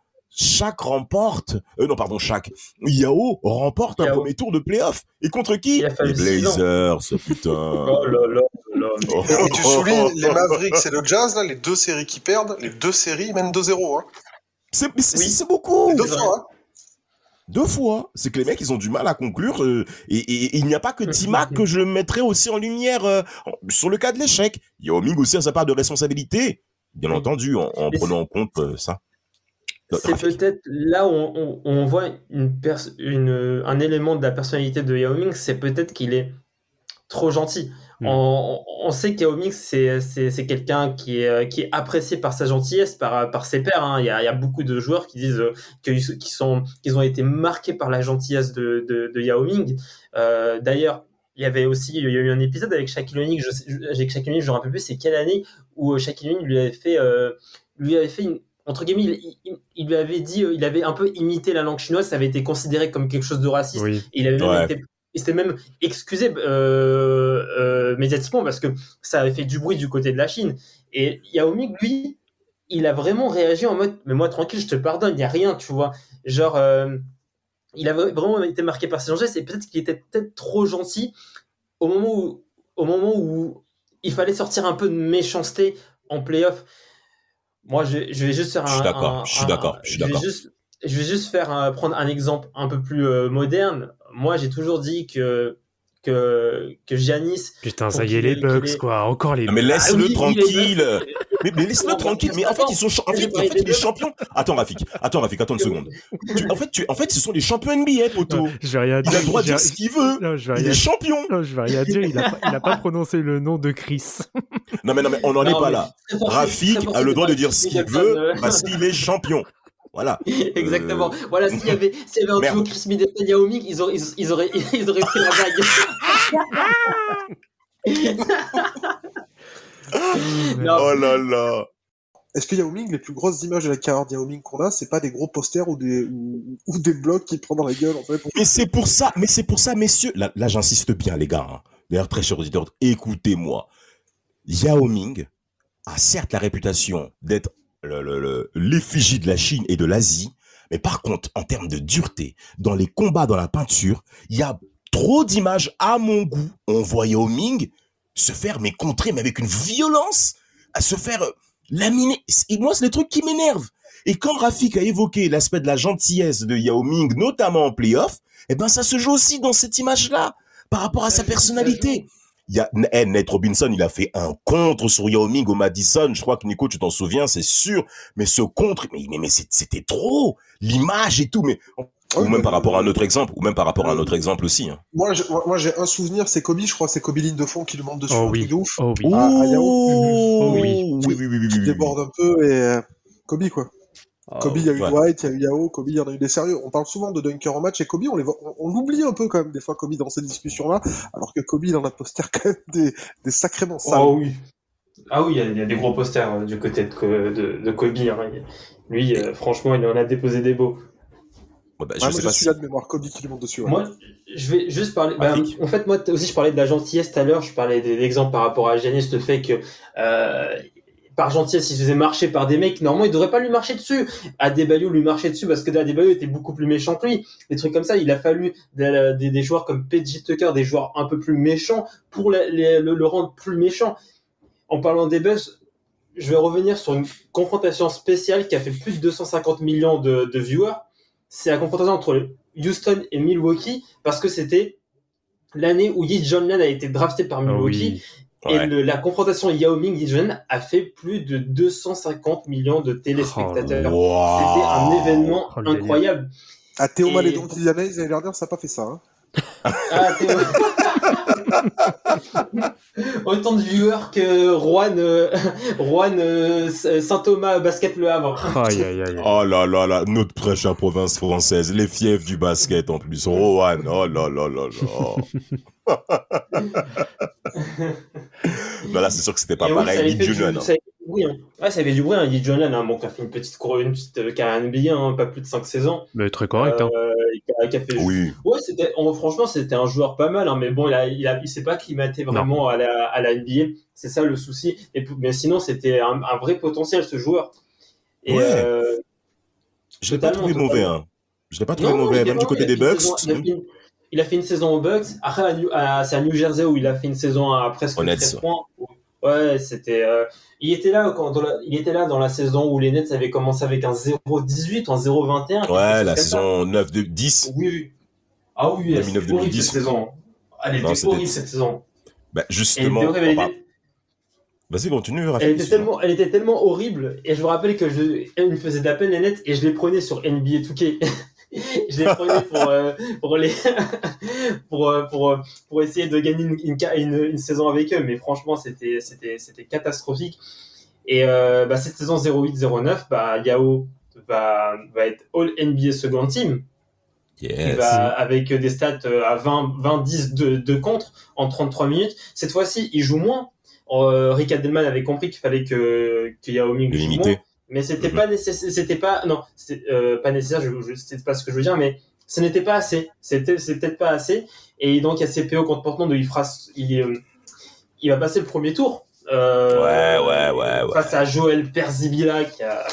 Yao remporte un premier tour de play-off. Et contre qui? Les Blazers, putain. Oh là là là. Et tu soulignes les Mavericks et le Jazz, là, les 2 séries qui perdent, les 2 séries mènent 2-0. Hein. C'est beaucoup. 2 fois. Hein. 2 fois. C'est que les mecs, ils ont du mal à conclure. Et il n'y a pas que T-Mac que je mettrais aussi en lumière sur le cas de l'échec. Yao Ming aussi a sa part de responsabilité, bien entendu, en prenant en compte ça. C'est peut-être là où on voit un élément de la personnalité de Yao Ming, c'est peut-être qu'il est trop gentil. On sait qu'Yao Ming, c'est quelqu'un qui est apprécié par sa gentillesse, par ses pairs. Hein. Il y a beaucoup de joueurs qui disent qu'ils ont été marqués par la gentillesse de Yao Ming. D'ailleurs, il y a eu un épisode avec Shaquille O'Neal, je me rappelle plus c'est quelle année, où Shaquille O'Neal lui avait fait une... Entre guillemets, il lui avait dit, il avait un peu imité la langue chinoise, ça avait été considéré comme quelque chose de raciste. Oui. Et il s'était même excusé médiatiquement parce que ça avait fait du bruit du côté de la Chine. Et Yao Ming, lui, il a vraiment réagi en mode, mais moi tranquille, je te pardonne, il n'y a rien, tu vois. Genre, il a vraiment été marqué par ses gentillesses et peut-être qu'il était peut-être trop gentil au moment où il fallait sortir un peu de méchanceté en play-off. Moi, je vais juste faire Je suis d'accord. Je vais juste prendre un exemple un peu plus moderne. Moi, j'ai toujours dit que Giannis... Putain, ça y est, les Bucks, quoi. Encore les Bucks. Mais laisse-le oui, tranquille. les Mais laisse-le tranquille. Mais en fait, il est champion. Attends, Rafik, attends une seconde. En fait, ce sont les champions NBA, poto. Je vais rien dire. Il a le droit de dire ce qu'il veut. Non, Il est champion. Non, je vais rien dire. Il a pas prononcé le nom de Chris. Non, mais on n'en est pas là. Rafik a le droit de dire ce qu'il veut parce qu'il est champion. Voilà. Exactement. Voilà, s'il y avait un duo Chris Middleton et Yao Ming, ils auraient pris la bague. Oh là là. Est-ce que Yao Ming, les plus grosses images de la carrière de Yao Ming qu'on a, c'est pas des gros posters ou des blocs qu'il prend dans la gueule, en fait? Mais c'est pour ça, messieurs. Là, j'insiste bien, les gars. Hein. D'ailleurs, très chers auditeurs, écoutez-moi. Yao Ming a certes la réputation d'être l'effigie de la Chine et de l'Asie, mais par contre, en termes de dureté, dans les combats, dans la peinture, il y a trop d'images à mon goût. On voit Yao Ming se faire contrer, mais avec une violence, à se faire laminer. Et moi, c'est les trucs qui m'énervent. Et quand Rafik a évoqué l'aspect de la gentillesse de Yao Ming, notamment en play-off, eh ben, ça se joue aussi dans cette image-là, par rapport à sa personnalité. Il y a Nate Robinson, il a fait un contre sur Yao Ming au Madison. Je crois que Nico, tu t'en souviens, c'est sûr. Mais ce contre, mais c'était trop. L'image et tout, mais ou même par rapport à un autre exemple, aussi. Hein. Moi, j'ai un souvenir, c'est Kobe. Je crois que c'est Kobe ligne de fond qui le monte dessus, un truc de ouf. Oh oui. À Yao. Oui. Qui déborde un peu et Kobe quoi. Kobe, il y a eu Dwight, il y a eu Yao, Kobe, il y en a eu des sérieux. On parle souvent de dunker en match et Kobe, on l'oublie un peu quand même des fois Kobe dans ces discussions-là, alors que Kobe, il en a posté quand même des sacrément sales. Oh oui. Ah oui, il y a des gros posters du côté de Kobe. Hein. Lui, franchement, il en a déposé des beaux. Je sais pas suis là de mémoire, Kobe qui lui monte dessus. Ouais. Moi, je vais juste parler. En fait, moi aussi, je parlais de la gentillesse tout à l'heure. Je parlais des exemples par rapport à Giannis, le fait que par gentillesse, il se faisait marcher par des mecs. Normalement, il devrait pas lui marcher dessus. Adebayo lui marchait dessus parce que Adebayo était beaucoup plus méchant que lui. Des trucs comme ça, il a fallu des joueurs comme PJ Tucker, des joueurs un peu plus méchants pour le rendre plus méchant. En parlant des Bucks, je vais revenir sur une confrontation spéciale qui a fait plus de 250 millions de viewers. C'est la confrontation entre Houston et Milwaukee parce que c'était l'année où Yi Jong-Nan a été drafté par Milwaukee. Et la confrontation Yao Ming Yi Jong-Nan a fait plus de 250 millions de téléspectateurs. Wow. C'était un événement incroyable. À Théo Malédon Kylianais, ils avaient l'air dire ça n'a pas fait ça. Hein. Ah, Théo. Autant de viewers que Rouen Saint-Thomas Basket Le Havre. Oh là là là, notre très chère province française, les fiefs du basket en plus. Rouen, oh là là là là. Non, là, c'est sûr que c'était pas pareil. Yi Jong-Nan. Ça avait du bruit. Yi Jong-Nan, qui a fait une petite carrière NBA, pas plus de 5 saisons. Mais très correct. Qui a fait... Oui. Ouais, franchement, c'était un joueur pas mal, mais bon, il s'est pas acclimaté vraiment à la NBA. C'est ça le souci. Mais sinon, c'était un vrai potentiel, ce joueur. Et, je l'ai pas trouvé mauvais. Hein. Je l'ai pas trouvé mauvais, même du côté des Bucks. Il a fait une saison aux Bucks. Après, c'est à New Jersey où il a fait une saison à presque 13 points. Ouais, c'était. Il était là dans la saison où les Nets avaient commencé avec un 0-18 ou un 0-21. Ouais, la saison 9-10. Oui. Ah oui, elle était horrible cette saison. Elle était horrible cette saison. Bah, justement. Vas-y, continue. Elle était tellement horrible. Et je me rappelle que elle me faisait de la peine les Nets et je les prenais sur NBA 2K. Je les prenais pour essayer de gagner une saison avec eux, mais franchement c'était catastrophique. Et cette saison 08-09, Yao va être All NBA Second Team. Yes. Il va avec des stats à 20-10 de contre en 33 minutes. Cette fois-ci, il joue moins. Rick Adelman avait compris qu'il fallait que Yao Ming joue moins. Mais c'était pas nécessaire, c'est pas nécessaire, c'est pas ce que je veux dire, mais ce n'était pas assez. C'est peut-être pas assez. Et donc, il y a CPO contre Portland où il va passer le premier tour. Ouais. Face à Joël Perzibila qui a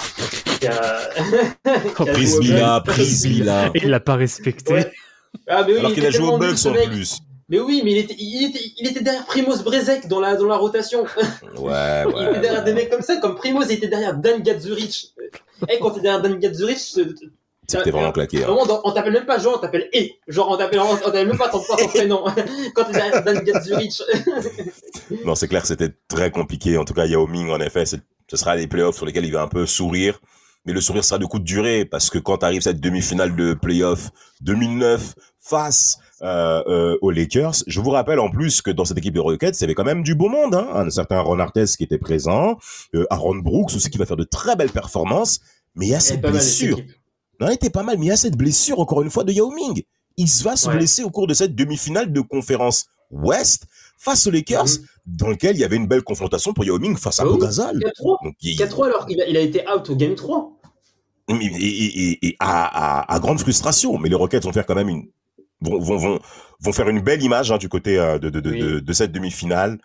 Prisbilla. Il l'a pas respecté. Ouais. Ah, mais oui, Alors qu'il a joué aux Bucks en mec. plus. Mais oui, mais il était derrière Primoz Brezek dans la rotation. Ouais. Il était derrière des mecs comme ça, comme Primoz, il était derrière Dan Gadzuric. Quand t'es derrière Dan Gadzuric, c'était vraiment claqué. Vraiment, on t'appelle même pas Jean, on t'appelle Genre, on t'appelle même pas ton prénom. Quand t'es derrière Dan Gadzuric. Non, c'est clair, c'était très compliqué. En tout cas, Yao Ming, en effet, ce sera les playoffs sur lesquels il va un peu sourire. Mais le sourire sera de courte durée parce que quand arrive cette demi-finale de playoffs 2009 face aux Lakers, je vous rappelle en plus que dans cette équipe de Rockets, il y avait quand même du beau monde. Un certain Ron Artest qui était présent, Aaron Brooks aussi qui va faire de très belles performances. Mais il y a cette blessure. Non, il était pas mal, mais il y a cette blessure, encore une fois, de Yao Ming. Il va se blesser au cours de cette demi-finale de conférence Ouest face aux Lakers, dans lequel il y avait une belle confrontation pour Yao Ming face à Pogazol. 4-3 alors qu'il a été out au Game 3. Et à grande frustration. Mais les Rockets vont faire quand même vont faire une belle image du côté de cette demi-finale.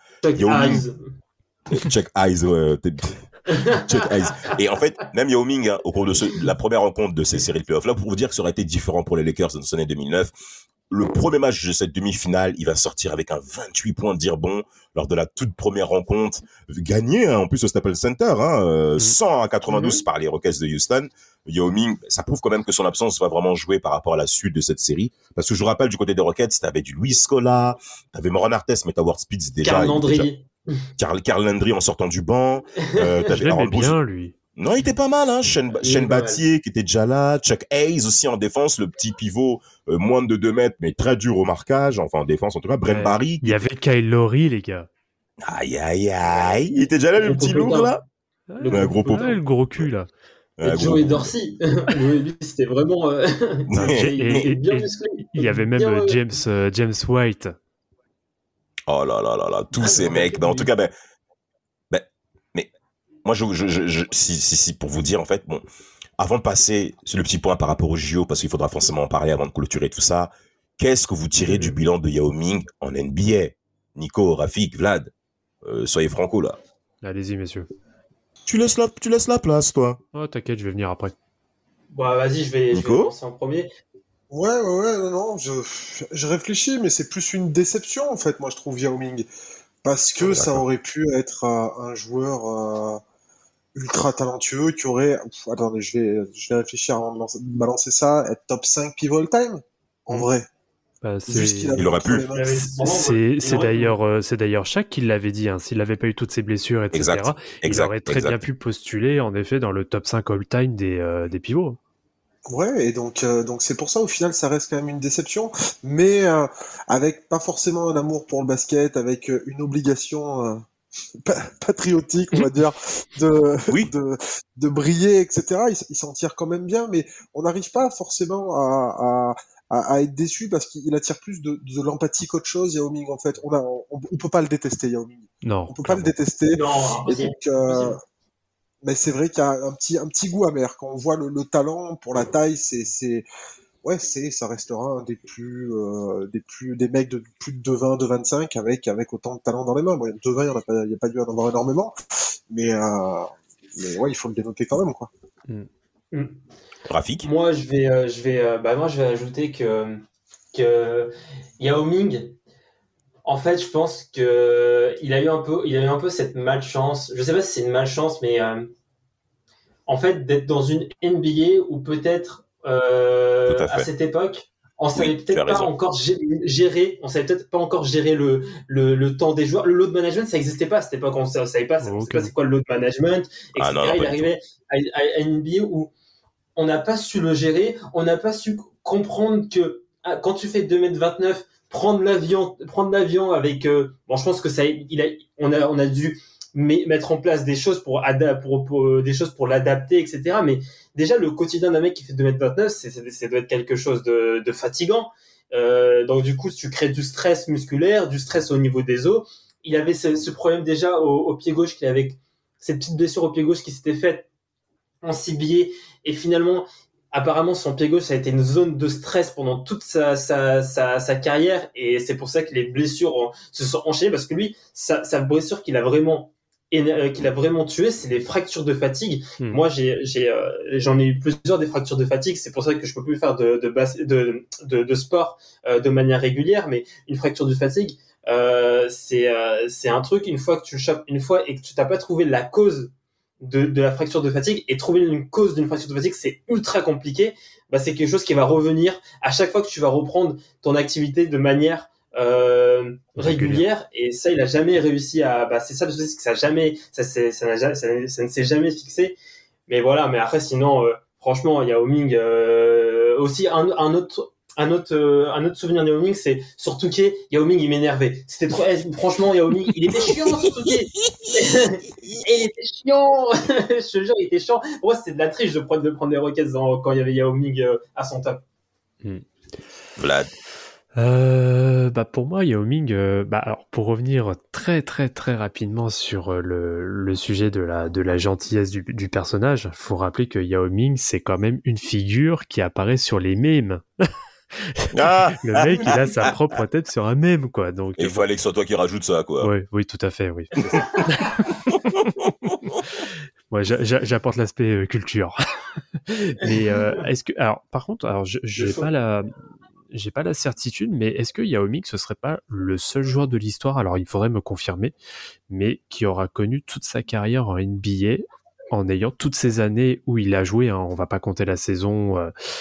Check eyes. Check eyes. Et en fait, même Yao Ming, au cours de la première rencontre de ces séries de playoffs, là, pour vous dire que ça aurait été différent pour les Lakers dans cette année 2009, le premier match de cette demi-finale, il va sortir avec un 28 points de dire bon lors de la toute première rencontre, gagné en plus au Staples Center, 100-92 par les Rockets de Houston. Yao Ming, ça prouve quand même que son absence va vraiment jouer par rapport à la suite de cette série. Parce que je vous rappelle, du côté des Rockets, t'avais du Luis Scola, t'avais Ron Artest, mais t'as Ward Spitz déjà. Karl Landry en sortant du banc. T'avais Aaron Bruce. Bien, lui. Non, il était pas mal, Shane Battier qui était déjà là, Chuck Hayes aussi en défense, le petit pivot, moins de 2 mètres, mais très dur au marquage, enfin en défense en tout cas, Brent Barry. Il y avait Kyle Lowry, les gars. Aïe, il était déjà là, le petit lourd, là. Le gros cul, là. Joey Dorsey. Lui, c'était vraiment bien musclé. Il y avait même James White. Oh là, tous ces mecs. En tout cas, mais moi, si pour vous dire, en fait, bon, avant de passer sur le petit point par rapport au JO, parce qu'il faudra forcément en parler avant de clôturer tout ça, qu'est-ce que vous tirez du bilan de Yao Ming en NBA? Nico, Rafik, Vlad, soyez franco, là. Allez-y, messieurs. Tu laisses la place, toi. Oh, t'inquiète, je vais venir après. Bon, vas-y, je vais lancer en premier. Ouais, non, je réfléchis, mais c'est plus une déception, en fait, moi, je trouve, Yao Ming. Parce que ça aurait pu être un joueur ultra talentueux qui aurait... attendez, je vais réfléchir avant de balancer ça. Être top 5 pivot all-time, en vrai. Il aurait pu. C'est d'ailleurs Shaq qui l'avait dit. S'il n'avait pas eu toutes ses blessures, etc., il aurait très bien pu postuler, en effet, dans le top 5 all-time des pivots. Ouais, et donc c'est pour ça, au final, ça reste quand même une déception, mais avec pas forcément un amour pour le basket, avec une obligation patriotique, on va dire, de briller, etc. Il s'en tire quand même bien, mais on n'arrive pas forcément à être déçu parce qu'il attire plus de l'empathie qu'autre chose, Yao Ming, en fait. On peut pas le détester, Yao Ming. Non. On peut pas le détester. Non, et donc, mais c'est vrai qu'il y a un petit goût amer. Quand on voit le talent pour la taille, ça restera un des mecs de plus de 2,20, 2,25 avec autant de talent dans les mains. Bon, 2,20, il n'y a pas dû en avoir énormément. Mais ouais, il faut le dénoter quand même, quoi. Graphique. Moi, je vais ajouter que Yao Ming, en fait, je pense que il a eu un peu cette malchance. Je sais pas si c'est une malchance, mais en fait, d'être dans une NBA où peut-être à cette époque, on savait peut-être pas encore gérer. On savait peut-être pas encore gérer le temps des joueurs. Le load management, ça n'existait pas à cette époque. On savait pas c'est quoi le load management, etc. Il arrivait à une NBA où on n'a pas su le gérer. On n'a pas su comprendre que quand tu fais 2m29, prendre l'avion avec je pense que on a dû mettre en place des choses pour l'adapter, etc. Mais déjà le quotidien d'un mec qui fait 2m29, ça doit être quelque chose de fatigant. Donc du coup, tu crées du stress musculaire, du stress au niveau des os. Il avait ce problème déjà au pied gauche, qu'il avait cette petite blessure au pied gauche qui s'était faite en cibier, et finalement apparemment, son pied gauche, ça a été une zone de stress pendant toute sa carrière, et c'est pour ça que les blessures se sont enchaînées, parce que lui, sa blessure qu'il a vraiment qu'il a vraiment tué, c'est les fractures de fatigue. Moi, j'en ai eu plusieurs des fractures de fatigue. C'est pour ça que je peux plus faire de sport de manière régulière. Mais une fracture de fatigue, c'est un truc, une fois que tu le chopes une fois et que tu t'as pas trouvé la cause de la fracture de fatigue, et trouver une cause d'une fracture de fatigue, c'est ultra compliqué. Bah, c'est quelque chose qui va revenir à chaque fois que tu vas reprendre ton activité de manière régulière. Et ça, il a jamais réussi à, c'est ça le souci, c'est que ça ne s'est jamais fixé. Mais voilà, mais après, sinon, franchement, Yao Ming, aussi un autre souvenir de Yao Ming, c'est sur Touquet. Yao Ming, il m'énervait. C'était trop, franchement, Yao Ming, il était chiant sur Touquet. Il était chiant. Je te jure, il était chiant. Pour moi, c'était de la triche de prendre des roquettes quand il y avait Yao Ming à son top. Vlad. Pour moi, Yao Ming, alors pour revenir très très très rapidement sur le sujet de la gentillesse du personnage, faut rappeler que Yao Ming, c'est quand même une figure qui apparaît sur les mèmes. Le mec, il a sa propre tête sur un mème, quoi. Donc, il fallait que ce soit toi qui rajoute ça, quoi. Oui, tout à fait, oui. Moi, j'apporte l'aspect culture. Mais par contre, j'ai pas la certitude, mais est-ce que Yao Ming, ce serait pas le seul joueur de l'histoire, alors il faudrait me confirmer, mais qui aura connu toute sa carrière en NBA en ayant toutes ces années où il a joué, hein, on va pas compter la saison,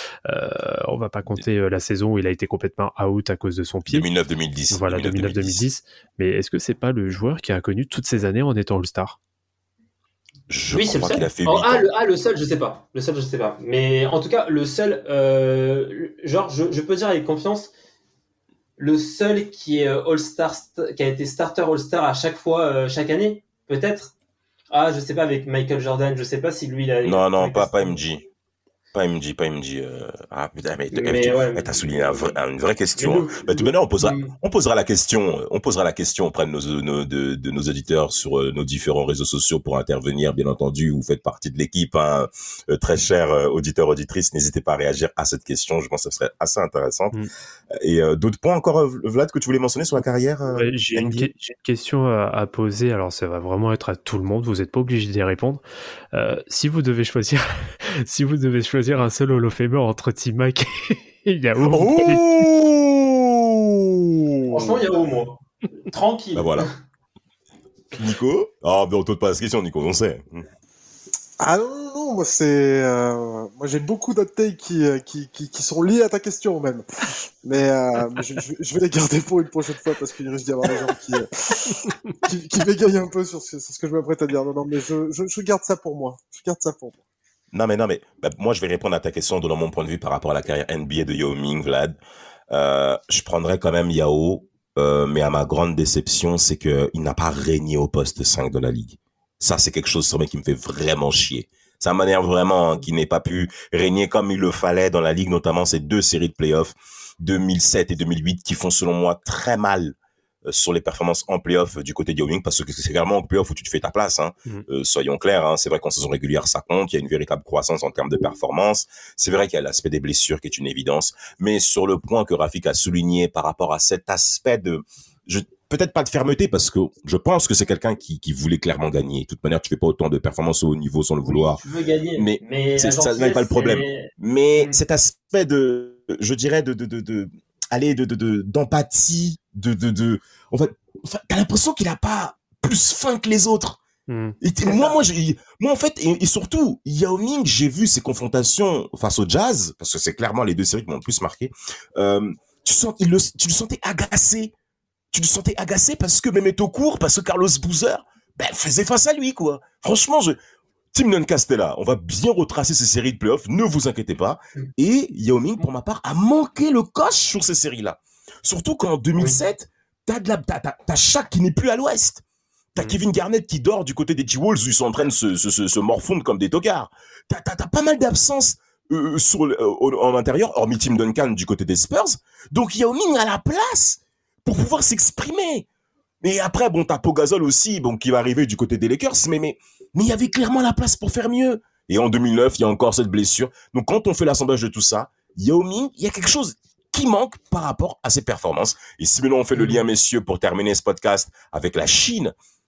la saison où il a été complètement out à cause de son pied. 2009-2010. Voilà, 2009-2010. Mais est-ce que c'est pas le joueur qui a connu toutes ces années en étant All-Star? Oui, c'est le seul. Le seul, je sais pas. Mais en tout cas, le seul, je peux dire avec confiance, le seul qui est All-Star, qui a été starter All-Star à chaque fois, chaque année, peut-être. Ah, je sais pas, avec Michael Jordan, je sais pas si lui, il a... Non, pas MJ. Pas MJ. Putain, mais t'as souligné une vraie question. Tout maintenant, on posera la question auprès de nos auditeurs sur nos différents réseaux sociaux pour intervenir, bien entendu. Vous faites partie de l'équipe, hein. Très chers auditeurs, auditrices, n'hésitez pas à réagir à cette question. Je pense que ce serait assez intéressant. Et d'autres points encore, Vlad, que tu voulais mentionner sur la carrière? J'ai une question à poser. Alors, ça va vraiment être à tout le monde. Vous n'êtes pas obligé d'y répondre. Si vous devez choisir un seul Hall of Famer entre T-Mac et Yao. Franchement, Yao, moi. Tranquille. Bah voilà. Nico? Ah, mais on te pose pas la question, Nico, on sait. Ah non, moi moi j'ai beaucoup d'autres takes qui sont liés à ta question même. Mais je vais les garder pour une prochaine fois parce qu'il risque d'y avoir des gens qui bégayent un peu sur ce que je m'apprête à dire. Non, mais je garde ça pour moi. Non, mais moi je vais répondre à ta question dans mon point de vue par rapport à la carrière NBA de Yao Ming, Vlad. Je prendrais quand même Yao, mais à ma grande déception, c'est que il n'a pas régné au poste 5 de la ligue. Ça, c'est quelque chose qui me fait vraiment chier. Ça m'énerve vraiment qu'il n'ait pas pu régner comme il le fallait dans la ligue, notamment ces 2 séries de playoffs, 2007 et 2008, qui font selon moi très mal sur les performances en playoff du côté de Yao Ming, parce que c'est clairement en playoff où tu te fais ta place. Hein. Soyons clairs, hein, c'est vrai qu'en saison régulière, ça compte, il y a une véritable croissance en termes de performance. C'est vrai qu'il y a l'aspect des blessures qui est une évidence, mais sur le point que Rafik a souligné par rapport à cet aspect peut-être pas de fermeté, parce que je pense que c'est quelqu'un qui voulait clairement gagner. De toute manière, tu fais pas autant de performances au haut niveau sans le vouloir. Tu veux gagner, mais ça n'est pas le problème. Mais cet aspect d'empathie, en fait, t'as l'impression qu'il a pas plus faim que les autres. Moi, en fait, et surtout, Yao Ming, j'ai vu ses confrontations face au Jazz, parce que c'est clairement les 2 séries qui m'ont le plus marqué. Tu le sentais agacé. Tu le sentais agacé parce que Mehmet Okur, parce que Carlos Boozer, faisait face à lui, quoi. Franchement, Team Noncastella, on va bien retracer ces séries de playoffs, ne vous inquiétez pas. Et Yao Ming, pour ma part, a manqué le coche sur ces séries-là. Surtout qu'en 2007, t'as Shaq qui n'est plus à l'ouest. T'as Kevin Garnett qui dort du côté des T-Wolves où ils sont en train de se morfondre comme des tocards. T'as pas mal d'absences en intérieur, hormis Tim Duncan du côté des Spurs. Donc Yao Ming a la place pour pouvoir s'exprimer. Et après, t'as Pau Gasol aussi, qui va arriver du côté des Lakers, mais il y avait clairement la place pour faire mieux. Et en 2009, il y a encore cette blessure. Donc quand on fait l'assemblage de tout ça, Yao Ming, il y a quelque chose qui manque par rapport à ses performances. Et si maintenant on fait le lien, messieurs, pour terminer ce podcast avec la Chine,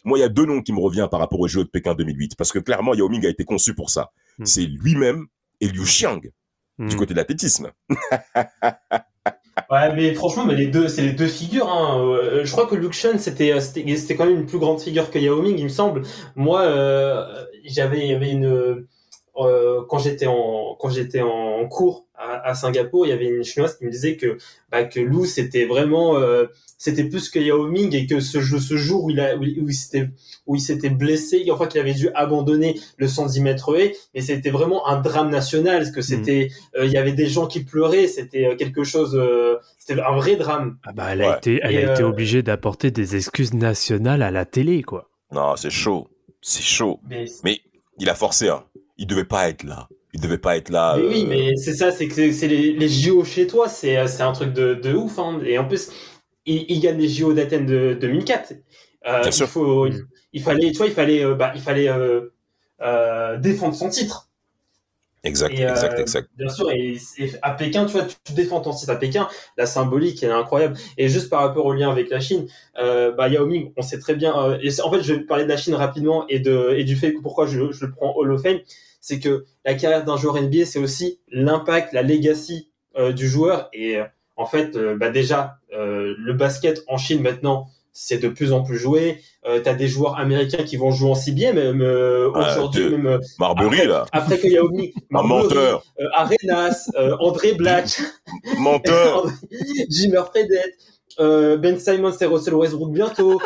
Moi, il y a 2 noms qui me reviennent par rapport aux Jeux de Pékin 2008, parce que clairement, Yao Ming a été conçu pour ça. C'est lui-même et Liu Xiang, du côté de l'athlétisme. Ouais, mais franchement, mais c'est les deux figures. Hein. Je crois que Liu Xiang, c'était quand même une plus grande figure que Yao Ming, il me semble. Moi, il y avait une quand j'étais en cours à Singapour, il y avait une chinoise qui me disait que Liu c'était vraiment c'était plus que Yao Ming et que ce jour où il s'était blessé, enfin qu'il avait dû abandonner le 110 mètres haies, mais c'était vraiment un drame national parce que c'était il y avait des gens qui pleuraient, c'était quelque chose c'était un vrai drame. Ah bah elle a été obligée d'apporter des excuses nationales à la télé quoi. Non, c'est chaud. Mais il a forcé hein. Il devait pas être là. Mais oui, mais c'est ça, c'est que c'est les JO chez toi, c'est un truc de ouf. Hein. Et en plus, il gagne les JO d'Athènes de 2004. Bien sûr. Il fallait défendre son titre. Exact. Bien sûr, et à Pékin, tu vois, tu défends ton titre à Pékin, la symbolique elle est incroyable. Et juste par rapport au lien avec la Chine, Yao Ming, on sait très bien. Et en fait, je vais parler de la Chine rapidement et du fait que pourquoi je le prends Hall of Fame, c'est que la carrière d'un joueur NBA, c'est aussi l'impact, la legacy du joueur. Et en fait, déjà, le basket en Chine maintenant, c'est de plus en plus joué. T'as des joueurs américains qui vont jouer en CBA, même aujourd'hui, même Marbury là. Après que Yao Ming, menteur. Arenas, André Blatch, menteur, Jimmer Fredette. Ben Simmons et Russell Westbrook bientôt.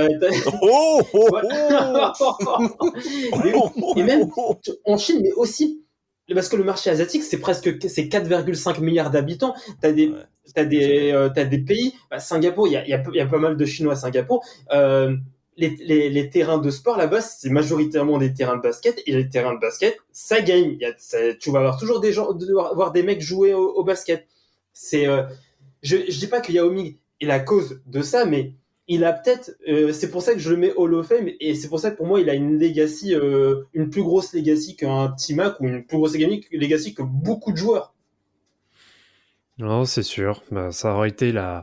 Et même en Chine, mais aussi parce que le marché asiatique, c'est 4,5 milliards d'habitants. T'as des pays. Singapour, il y a pas mal de Chinois à Singapour. Les terrains de sport là-bas, c'est majoritairement des terrains de basket. Et les terrains de basket, ça gagne. Tu vas avoir toujours voir des mecs jouer au basket. Je dis pas que Yao Ming est la cause de ça, mais il a peut-être, c'est pour ça que je le mets Hall of Fame, et c'est pour ça que pour moi il a une legacy, une plus grosse legacy qu'un T-Mac ou une plus grosse legacy que beaucoup de joueurs. Non, c'est sûr. Ça aurait été la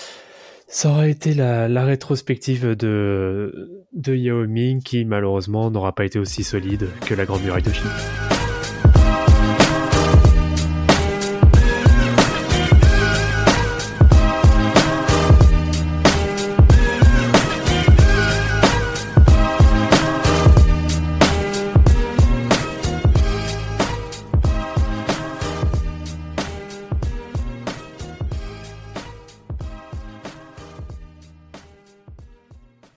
rétrospective de Yao Ming qui malheureusement n'aura pas été aussi solide que la Grande Muraille de Chine.